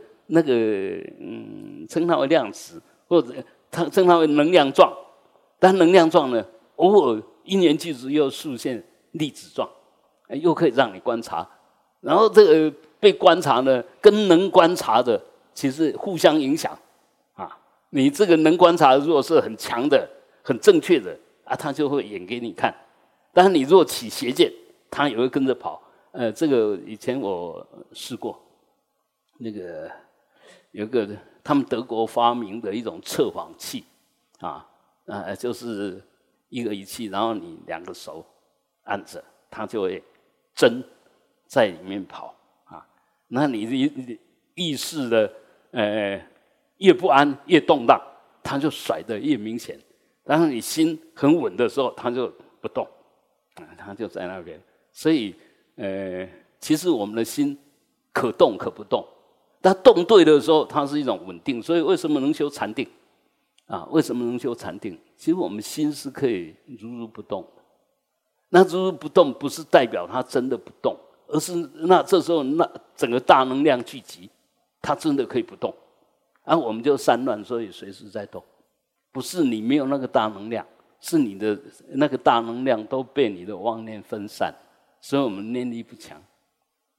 称它为量子，或者它称它为能量状。但能量状呢，偶尔一年俱之又出现粒子状，又可以让你观察。然后这个被观察呢，跟能观察的其实互相影响啊。你这个能观察如果是很强的、很正确的啊，他就会演给你看。但是你如果起邪见，他也会跟着跑。这个以前我试过，那个有一个他们德国发明的一种测谎器啊。就是一个仪器，然后你两个手按着，它就会针在里面跑啊。那你意识的越不安越动荡，它就甩得越明显。但是你心很稳的时候，它就不动它就在那边。所以其实我们的心可动可不动，但动对的时候，它是一种稳定。所以为什么能修禅定？为什么能修禅定？其实我们心是可以如不动的。那如不动不是代表它真的不动，而是那这时候那整个大能量聚集，它真的可以不动。我们就散乱，所以随时在动。不是你没有那个大能量，是你的那个大能量都被你的妄念分散，所以我们念力不强。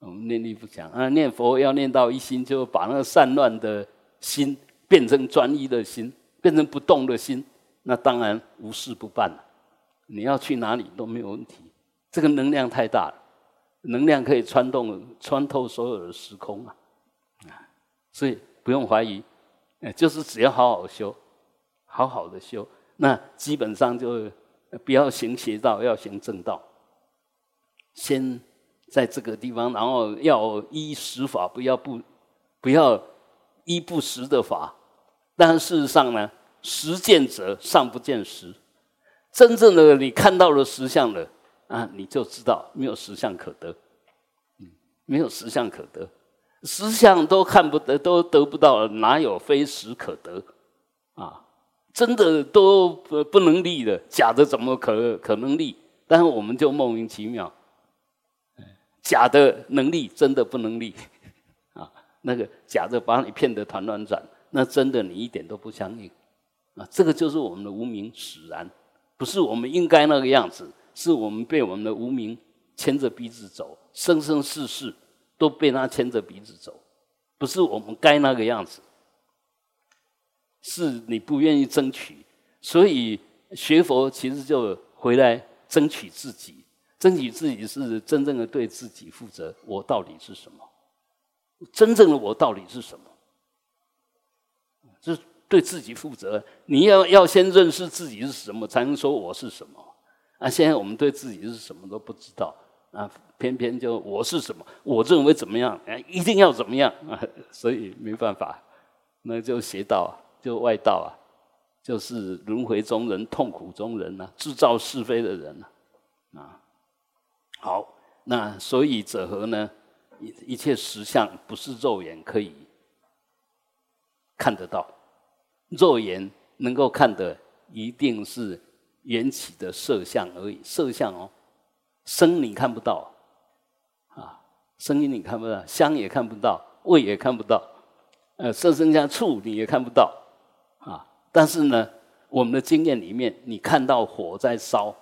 我们念力不强啊，念佛要念到一心，就把那个散乱的心变成专一的心，变成不动的心，那当然无事不办了。你要去哪里都没有问题，这个能量太大了，能量可以穿透所有的时空啊，所以不用怀疑，就是只要好好修，好好的修，那基本上就不要行邪道，要行正道。先在这个地方，然后要依实法，不要依不实的法。但事实上呢，实见者尚不见实，真正的你看到了实相了啊，你就知道没有实相可得，没有实相可得，实相都看不得，都得不到，哪有非实可得啊？真的都不能立的，假的怎么可能立？但是我们就莫名其妙，假的能立，真的不能立啊！那个假的把你骗得团团转，那真的你一点都不相应啊！这个就是我们的无明使然，不是我们应该那个样子，是我们被我们的无明牵着鼻子走，生生世世都被他牵着鼻子走，不是我们该那个样子，是你不愿意争取。所以学佛其实就回来争取自己，争取自己是真正的对自己负责。我到底是什么？真正的我到底是什么？是对自己负责。你要先认识自己是什么，才能说我是什么。啊，现在我们对自己是什么都不知道啊，偏偏就我是什么，我认为怎么样，一定要怎么样啊，所以没办法，那就邪道啊，就外道啊，就是轮回中人、痛苦中人啊，制造是非的人啊。好，那所以者何呢？一切实相不是肉眼可以看得到，肉眼能够看的一定是缘起的色相而已。色相哦，声你看不到啊，声音你看不到，香也看不到，味也看不到，色声香触你也看不到啊。但是呢，我们的经验里面，你看到火在烧，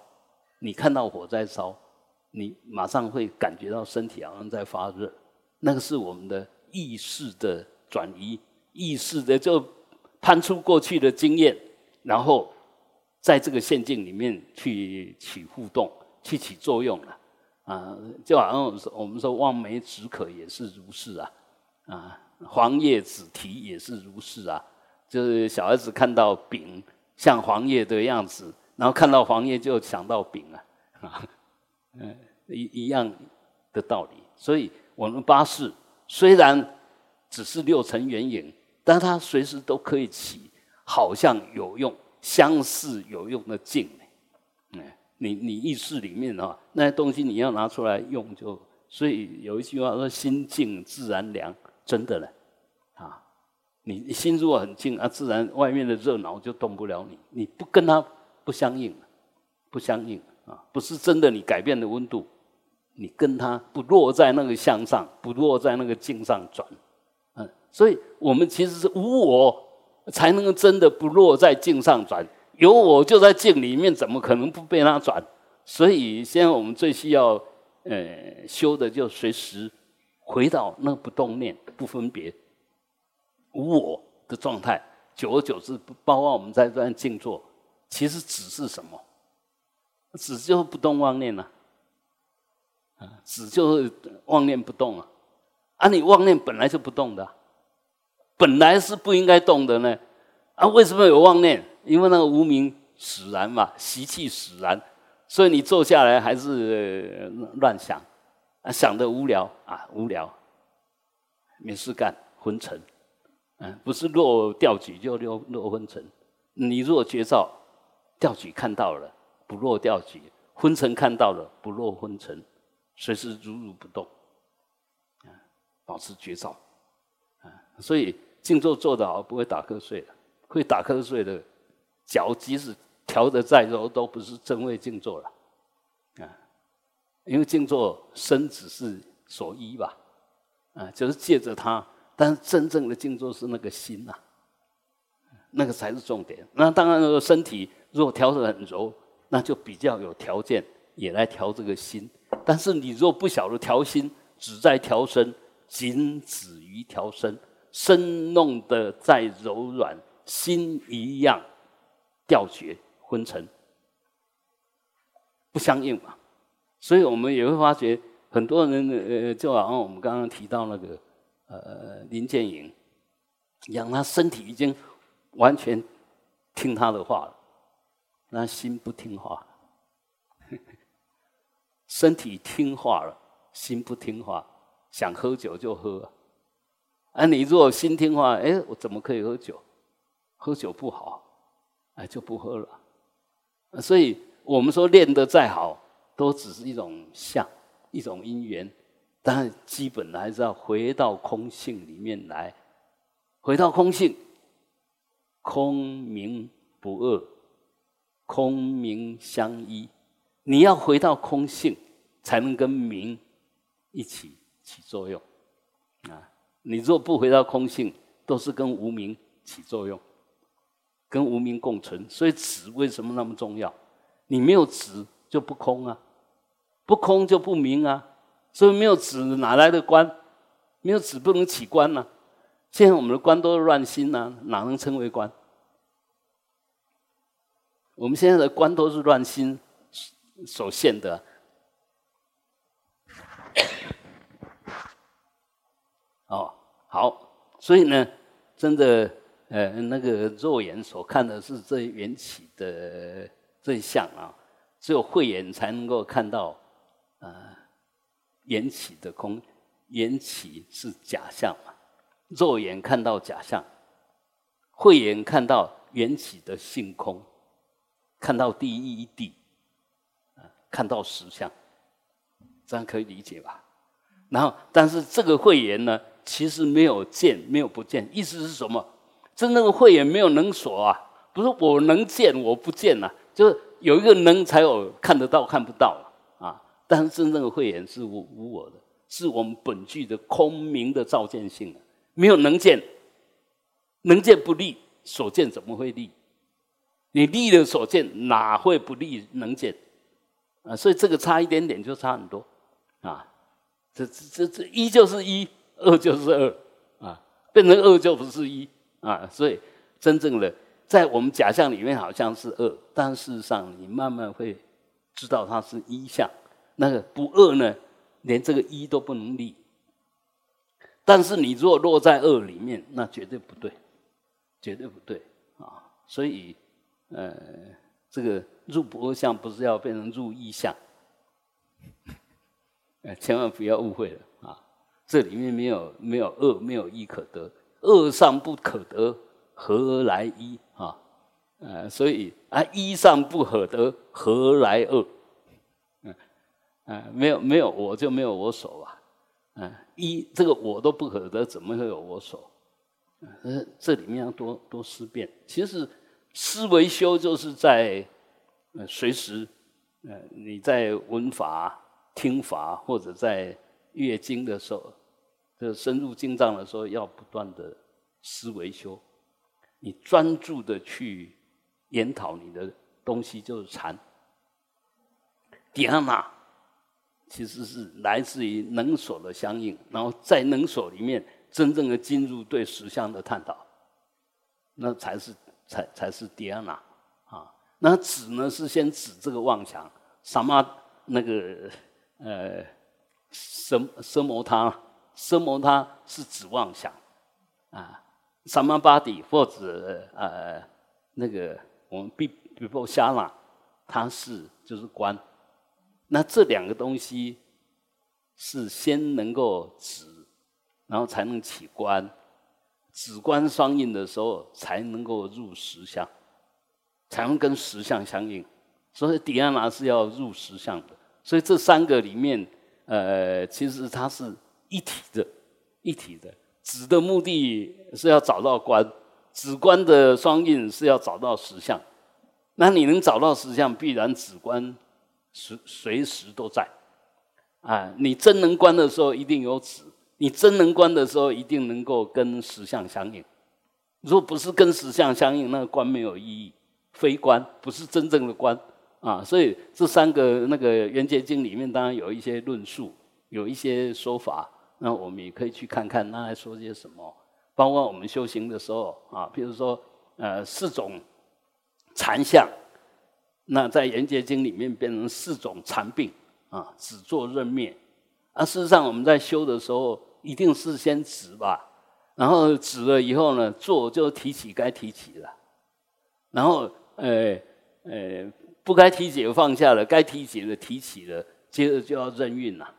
你马上会感觉到身体好像在发热，那个是我们的意识的转移，意识的就攀出过去的经验，然后在这个陷阱里面去起互动，去起作用了啊！就好像我们说望梅止渴也是如是啊，黄叶子啼也是如是啊，就是小孩子看到饼像黄叶的样子，然后看到黄叶就想到饼啊。一样的道理，所以我们八识虽然只是六尘缘影，但它随时都可以起好像有用、相似有用的境。你意识里面啊，那些东西你要拿出来用就，所以有一句话说：“心静自然凉”，真的嘞啊！你心如果很静啊，自然外面的热闹就动不了你，你不跟它不相应啊，不是真的你改变了温度，你跟它不落在那个相上，不落在那个境上转，所以我们其实是无我，才能够真的不落在境上转。有我就在境里面，怎么可能不被它转？所以现在我们最需要修的，就随时回到那不动念、不分别、无我的状态。久而久之，包括我们在这段静坐，其实止是什么？止就是不动妄念止就是妄念不动啊！你妄念本来就不动的本来是不应该动的呢啊！为什么有妄念？因为那个无明使然嘛，习气使然，所以你坐下来还是乱想想得无聊无聊，没事干，昏沉不是落掉举就落昏沉。你如果觉照掉举看到了，不落掉举；昏沉看到了，不落昏沉，随时如不动保持觉照所以静坐做得好，不会打瞌睡的。会打瞌睡的脚，即使调得再柔，都不是真为静坐了因为静坐身只是所依吧就是借着它，但是真正的静坐是那个心那个才是重点。那当然，身体如果调得很柔，那就比较有条件也来调这个心。但是你若不晓得调心， 只在调身，仅止于调身。身弄得再柔软，心一样掉绝昏沉，不相应嘛。所以我们也会发觉，很多人就好像我们刚刚提到那个林建营一样，他身体已经完全听他的话了，那心不听话。身体听话了，心不听话，想喝酒就喝。你如果心听话，我怎么可以喝酒？喝酒不好，就不喝了。所以我们说练得再好，都只是一种相，一种因缘，但基本还是要回到空性里面来。回到空性，空明不二，空明相依。你要回到空性，才能跟明一起起作用啊！你若不回到空性，都是跟无明起作用，跟无明共存。所以止为什么那么重要？你没有止就不空啊，不空就不明啊。所以没有止哪来的观？没有止不能起观啊。现在我们的观都是乱心啊，哪能称为观？我们现在的观都是乱心所现的好，所以呢，真的，那个肉眼所看的是这缘起的这一相啊，只有慧眼才能够看到，缘起的空，缘起是假象嘛，肉眼看到假象，慧眼看到缘起的性空，看到第一义谛，看到实相，这样可以理解吧？然后，但是这个慧眼呢，其实没有见，没有不见。意思是什么？真正的慧眼没有能所啊，不是我能见，我不见啊，就是有一个能才有看得到，看不到啊。但是真正的慧眼是无我的，是我们本具的空明的照见性，没有能见，能见不立，所见怎么会立？你立了所见，哪会不立能见？所以这个差一点点就差很多啊。这一就是一，二就是二啊，变成二就不是一啊。所以真正的在我们假象里面好像是二，但事实上你慢慢会知道它是一相。那个不二呢，连这个一都不能立。但是你如果落在二里面，那绝对不对，绝对不对啊。所以这个入不二相不是要变成入一相。千万不要误会了啊！这里面没有二，没有一可得，二上不可得，何而来一啊？所以一上不可得，何来二？没有我就没有我所啊！这个我都不可得，怎么会有我所？这里面要多思辨。其实思维修就是在随时你在闻法。听法或者在阅经的时候，这深入经藏的时候，要不断的思维修。你专注的去研讨你的东西，就是禅。dhyana其实是来自于能所的相应，然后在能所里面真正的进入对实相的探讨，那才是 dhyana 啊。那止呢是先止这个妄想，什么那个。奢摩他是指妄想啊，萨玛巴底或者那个我们比波夏那，它就是观。那这两个东西是先能够止，然后才能起观，止观双应的时候，才能够入实相，才能跟实相相应。所以dhyana是要入实相的。所以这三个里面，其实它是一体的。止的目的是要找到观，止观的双印是要找到实相。那你能找到实相，必然止观随时都在。你真能观的时候，一定有止；你真能观的时候，一定能够跟实相相应。如果不是跟实相相应，那个观没有意义，非观，不是真正的观。所以这三个那个《圆觉经》里面当然有一些论述， 有一些说法，那我们也可以去看看那在说些什么。包括我们修行的时候啊，譬如说4种禅相，那在《圆觉经》里面变成4种禅病啊，止坐认灭。事实上我们在修的时候，一定是先止吧，然后止了以后呢，坐就提起该提起了，然后不该提起的放下了，该提起的提起了，接着就要任运了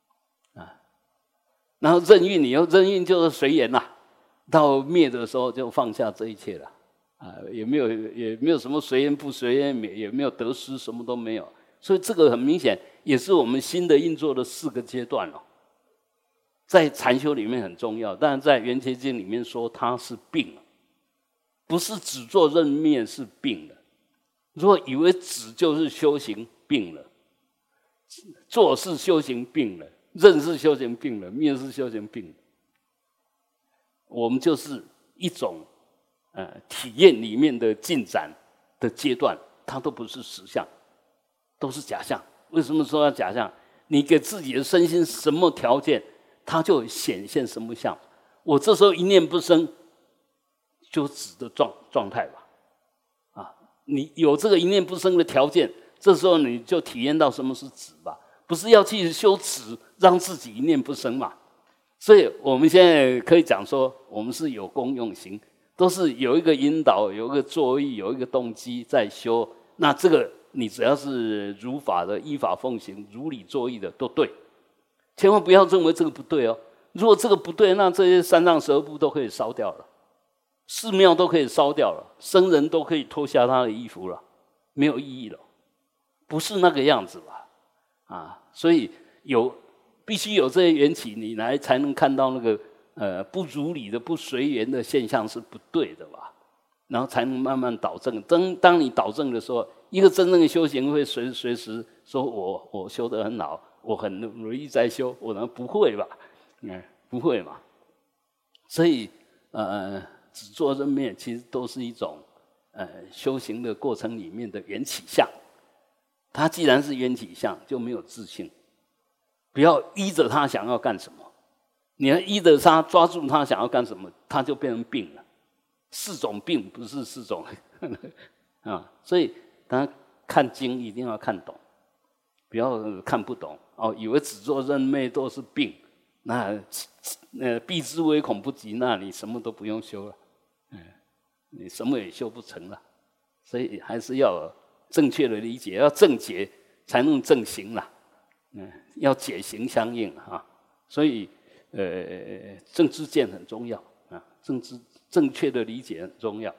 然后任运以后，任运就是随缘啦，到灭的时候就放下这一切了也没有什么随缘不随缘，也没有得失，什么都没有。所以这个很明显，也是我们新的运作的4个阶段在禅修里面很重要，但是在《圆觉经》里面说它是病了，不是只做认灭是病了。如果以为止就是修行，病了；做是修行，病了；认是修行，病了；灭是修行，病了。我们就是一种体验里面的进展的阶段，它都不是实相，都是假象。为什么说要假象？你给自己的身心什么条件，它就显现什么相。我这时候一念不生，就止的状态吧。你有这个一念不生的条件，这时候你就体验到什么是止吧，不是要去修止，让自己一念不生嘛。所以我们现在可以讲说，我们是有功用行，都是有一个引导，有一个作意，有一个动机在修。那这个你只要是如法的、依法奉行、如理作意的，都对。千万不要认为这个不对哦。如果这个不对，那这些3藏12部都可以烧掉了。寺庙都可以烧掉了，僧人都可以脱下他的衣服了，没有意义了，不是那个样子吧？所以必须有这些缘起，你才能看到那个不如理的、不随缘的现象是不对的吧？然后才能慢慢导正。当你导正的时候，一个真正的修行会随时说我修得很好，我很努力在修，我能不会吧？不会嘛？所以止坐认灭其实都是一种修行的过程里面的缘起相。它既然是缘起相，就没有自性。不要依着它想要干什么，你要依着它抓住它想要干什么，它就变成病了。4种病不是4种所以大家看经一定要看懂，不要看不懂以为止坐认灭都是病，那避之唯恐不及，那你什么都不用修了。你什么也修不成了，所以还是要有正确的理解，要正解才能正行啦。要解行相应所以正知见很重要正确的理解很重要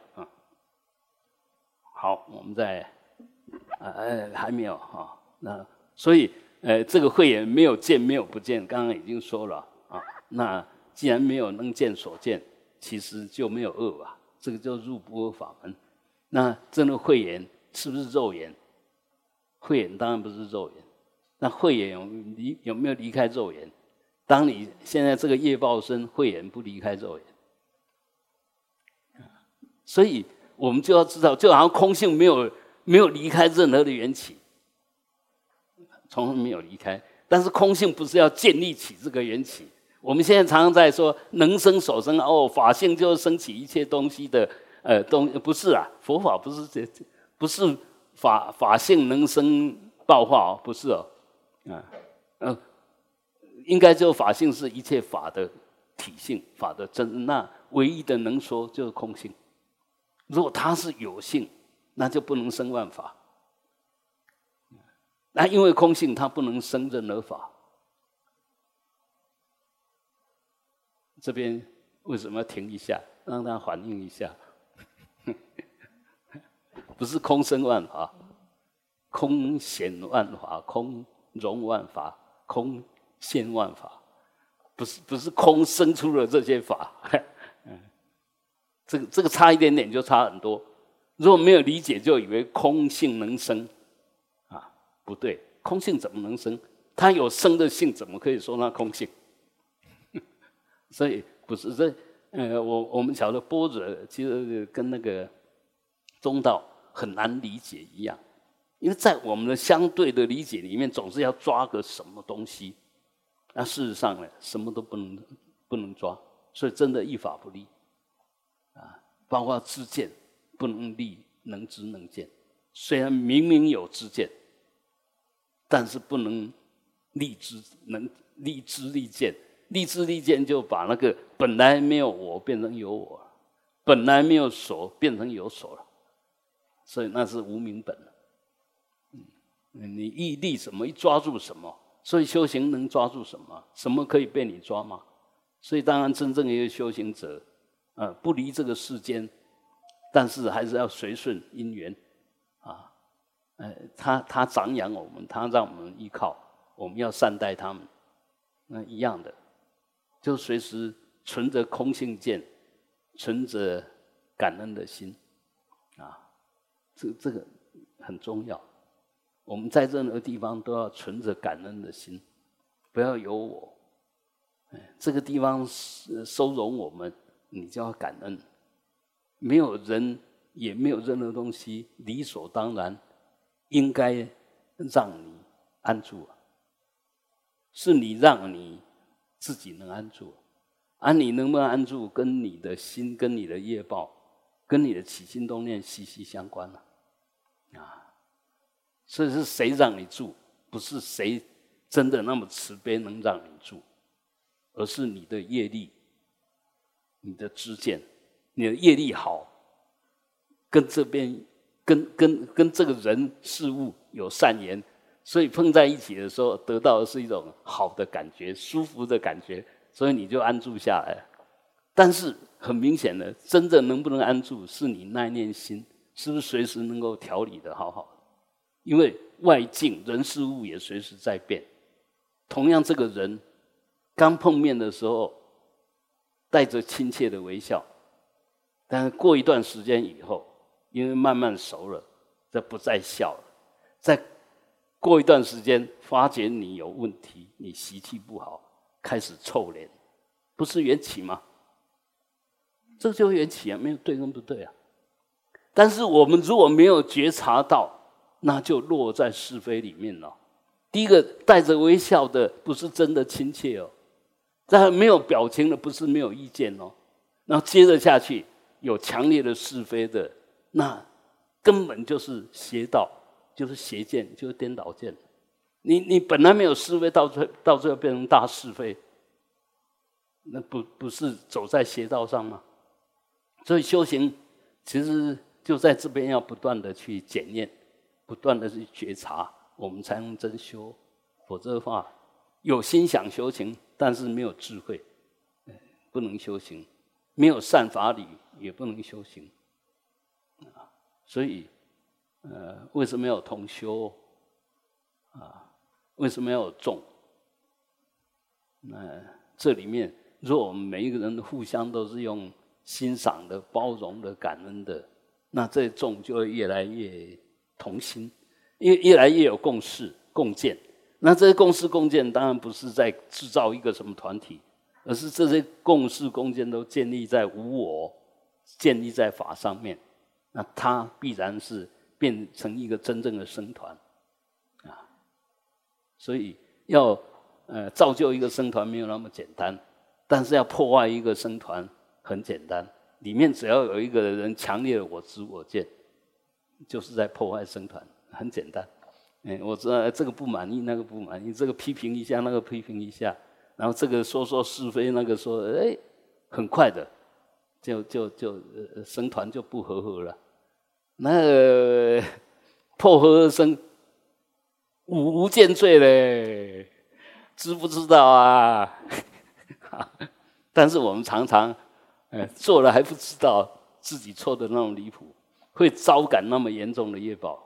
好，我们再还没有那所以这个慧眼没有见，没有不见，刚刚已经说了那既然没有能见所见，其实就没有恶吧。这个叫入不二法门。那真的慧眼是不是肉眼？慧眼当然不是肉眼。那慧眼有没有离开肉眼？当你现在这个业报身，慧眼不离开肉眼。所以我们就要知道，就好像空性没有离开任何的缘起，从来没有离开。但是空性不是要建立起这个缘起。我们现在常常在说能生所生法性就是升起一切东西的不是佛法不是法性能生报化不是应该就法性是一切法的体性，法的真。那唯一的能说就是空性。如果它是有性，那就不能生万法。那因为空性，它不能生任何法。这边为什么要停一下，让它反应一下？不是空生万法，空显万法，空容万法，空现万法，不是空生出了这些法。这个差一点点就差很多。如果没有理解，就以为空性能生不对，空性怎么能生？它有生的性，怎么可以说它空性？所以不是我们晓得般若其实跟那个中道很难理解一样，因为在我们的相对的理解里面，总是要抓个什么东西， 那事实上呢，什么都不能抓，所以真的依法不立啊。包括知见不能立能知能见，虽然明明有知见，但是不能立知能立知立见。立知立见就把那个本来没有我变成有我了，本来没有所变成有所了，所以那是无明本。你一立什么，一抓住什么，所以修行能抓住什么？什么可以被你抓吗？所以当然真正一个修行者，不离这个世间，但是还是要随顺因缘啊。他长养我们，他让我们依靠，我们要善待他们，那一样的，就随时存着空性见，存着感恩的心啊，这个很重要。我们在任何地方都要存着感恩的心，不要有我。这个地方收容我们，你就要感恩。没有人，也没有任何东西理所当然应该让你安住，是你让你自己能安住。你能不能安住，跟你的心、跟你的业报、跟你的起心动念息息相关了啊。所以是谁让你住，不是谁真的那么慈悲能让你住，而是你的业力、你的知见。你的业力好，跟这边跟这个人事物有善缘，所以碰在一起的时候，得到的是一种好的感觉、舒服的感觉，所以你就安住下来了。但是很明显的，真正能不能安住，是你那一念心是不是随时能够调理的好好的。因为外境人事物也随时在变，同样这个人刚碰面的时候带着亲切的微笑，但是过一段时间以后，因为慢慢熟了，这不再笑了。再过一段时间，发觉你有问题，你习气不好，开始臭脸，不是缘起吗？这就是缘起啊，没有对跟不对啊。但是我们如果没有觉察到，那就落在是非里面了。第一个带着微笑的，不是真的亲切哦；再没有表情的，不是没有意见哦。然后接着下去，有强烈的是非的，那根本就是邪道，就是邪见，就是颠倒见。你本来没有是非，到最后变成大是非，那不是走在邪道上吗？所以修行其实就在这边要不断的去检验。不断的去觉察，我们才能真修。否则的话，有心想修行，但是没有智慧，不能修行；没有善法理，也不能修行。所以，为什么要有同修？为什么要有众？这里面，如果我们每一个人互相都是用欣赏的、包容的、感恩的，那这众就会越来越同心，因为越来越有共识共建。那这些共识共建当然不是在制造一个什么团体，而是这些共识共建都建立在无我，建立在法上面，那它必然是变成一个真正的僧团啊。所以要造就一个僧团没有那么简单，但是要破坏一个僧团很简单，里面只要有一个人强烈的我执我见，就是在破坏僧团，很简单。我知道这个不满意，那个不满意，这个批评一下，那个批评一下，然后这个说是非，那个说，很快的，就僧团就不和合了。那破和而生，无间罪嘞，知不知道啊？但是我们常常，做了还不知道自己错的那种离谱，会招感那么严重的业报。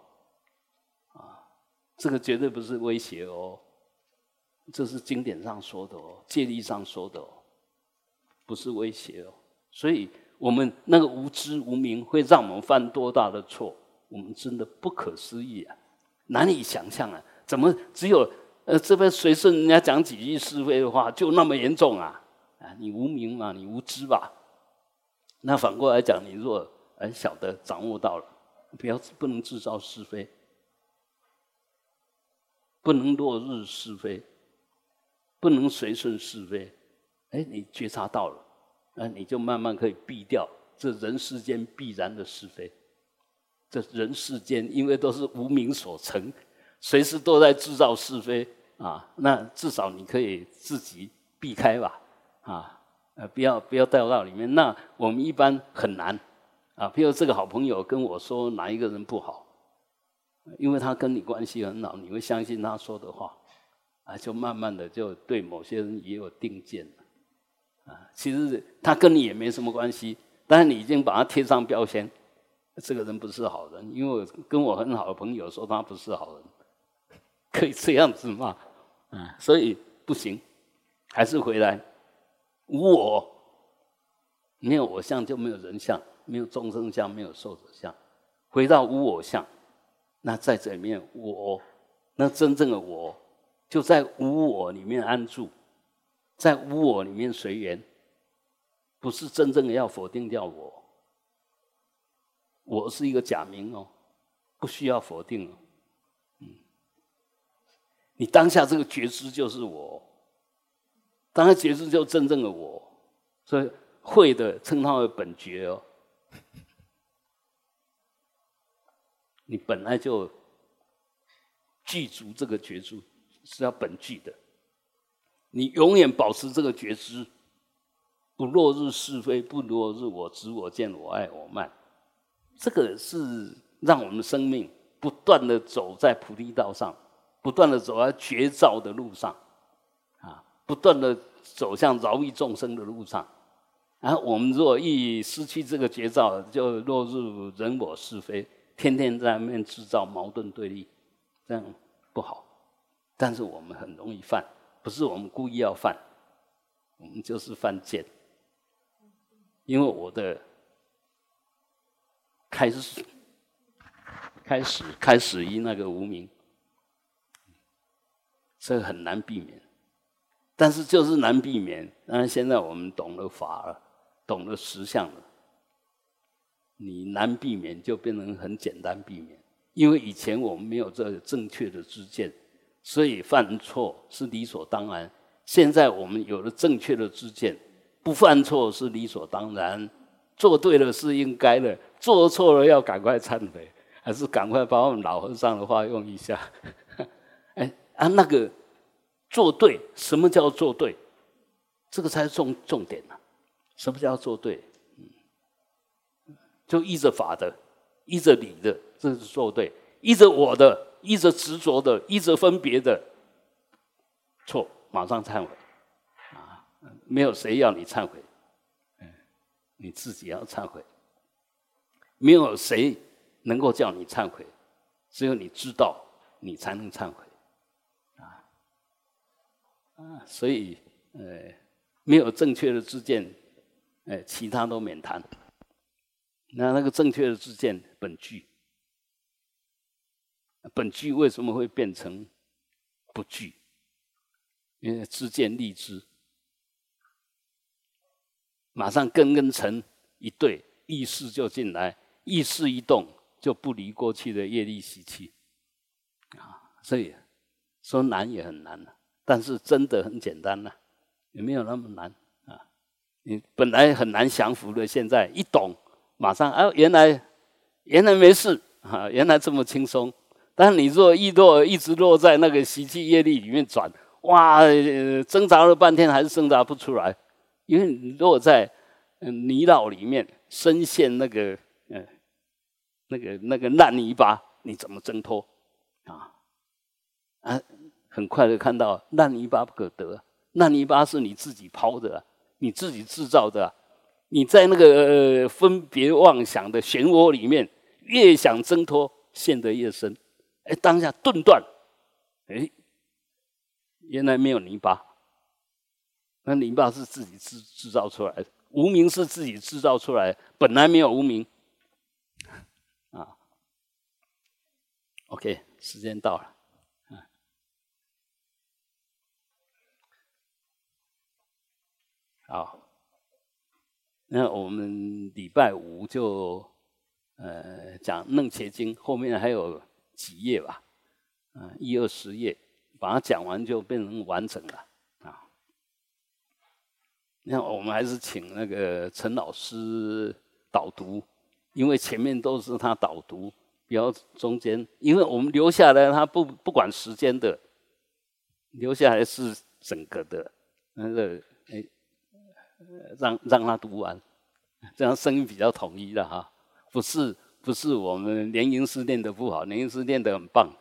这个绝对不是威胁哦，这是经典上说的哦，戒律上说的哦，不是威胁哦。所以我们那个无知无明会让我们犯多大的错，我们真的不可思议啊，难以想象啊！怎么只有这边随顺人家讲几句是非的话就那么严重啊？你无明嘛，你无知吧？那反过来讲，你若晓得掌握到了，不能制造是非。不能落日是非， 不能随顺是非。你觉察到了，你就慢慢可以避掉这人世间必然的是非。这人世间因为都是无明所成，随时都在制造是非啊，那至少你可以自己避开吧，不要掉到里面。那我们一般很难啊。譬如这个好朋友跟我说哪一个人不好，因为他跟你关系很好，你会相信他说的话就慢慢的就对某些人也有定见了其实他跟你也没什么关系，但是你已经把他贴上标签。这个人不是好人，因为我跟我很好的朋友说他不是好人，可以这样子吗？所以不行，还是回来无我，没有我相就没有人相，没有众生相，没有寿者相，回到无我相。那在这里面，我那真正的我就在无我里面安住，在无我里面随缘，不是真正的要否定掉我。我是一个假名不需要否定你当下这个觉知就是我，当下觉知就真正的我，所以会的称它为本觉你本来就具足这个觉知，是要本具的。你永远保持这个觉知，不落入是非，不落入我执我见我爱我慢。这个是让我们生命不断的走在菩提道上，不断的走在觉照的路上不断的走向饶益众生的路上。然后我们如果一失去这个觉照，就落入人我是非，天天在那边制造矛盾对立，这样不好。但是我们很容易犯，不是我们故意要犯，我们就是犯贱。因为我的开始于那个无明，这个很难避免。但是就是难避免，当然现在我们懂了法了，懂了实相了，你难避免就变成很简单避免。因为以前我们没有这个正确的知见，所以犯错是理所当然。现在我们有了正确的知见，不犯错是理所当然，做对了是应该的，做错了要赶快忏悔，还是赶快把我们老和尚的话用一下那个做对，什么叫做对？这个才是重点什么叫做对？就依着法的，依着理的，这是做对；依着我的，依着执着的，依着分别的，错，马上忏悔没有谁要你忏悔，你自己要忏悔。没有谁能够叫你忏悔，只有你知道，你才能忏悔所以没有正确的知见，其他都免谈。那个正确的知见本具，本具为什么会变成不具？因为知见立知，马上根尘一对，意识就进来，意识一动就不离过去的业力习气所以说难也很难但是真的很简单也没有那么难你本来很难降服的，现在一懂，马上原来没事原来这么轻松。但你若一直落在那个习气业力里面转，哇，挣扎了半天还是挣扎不出来，因为你落在泥淖里面，深陷那个烂泥巴，你怎么挣脱很快的看到烂泥巴不可得，烂泥巴是你自己抛的你自己制造的你在那个分别妄想的漩涡里面，越想挣脱，陷得越深。当下顿断，原来没有泥巴，那泥巴是自己制造出来的，无明是自己制造出来的，本来没有无明OK， 时间到了好，那我们礼拜五就讲《楞伽经》，后面还有几页吧，10-20页，把它讲完就变成完整了那我们还是请那个陈老师导读，因为前面都是他导读，不要中间，因为我们留下来他不管时间的，留下来是整个的，那个让他读完，这样声音比较统一了哈。不是我们联吟诗练得不好，联吟诗练得很棒。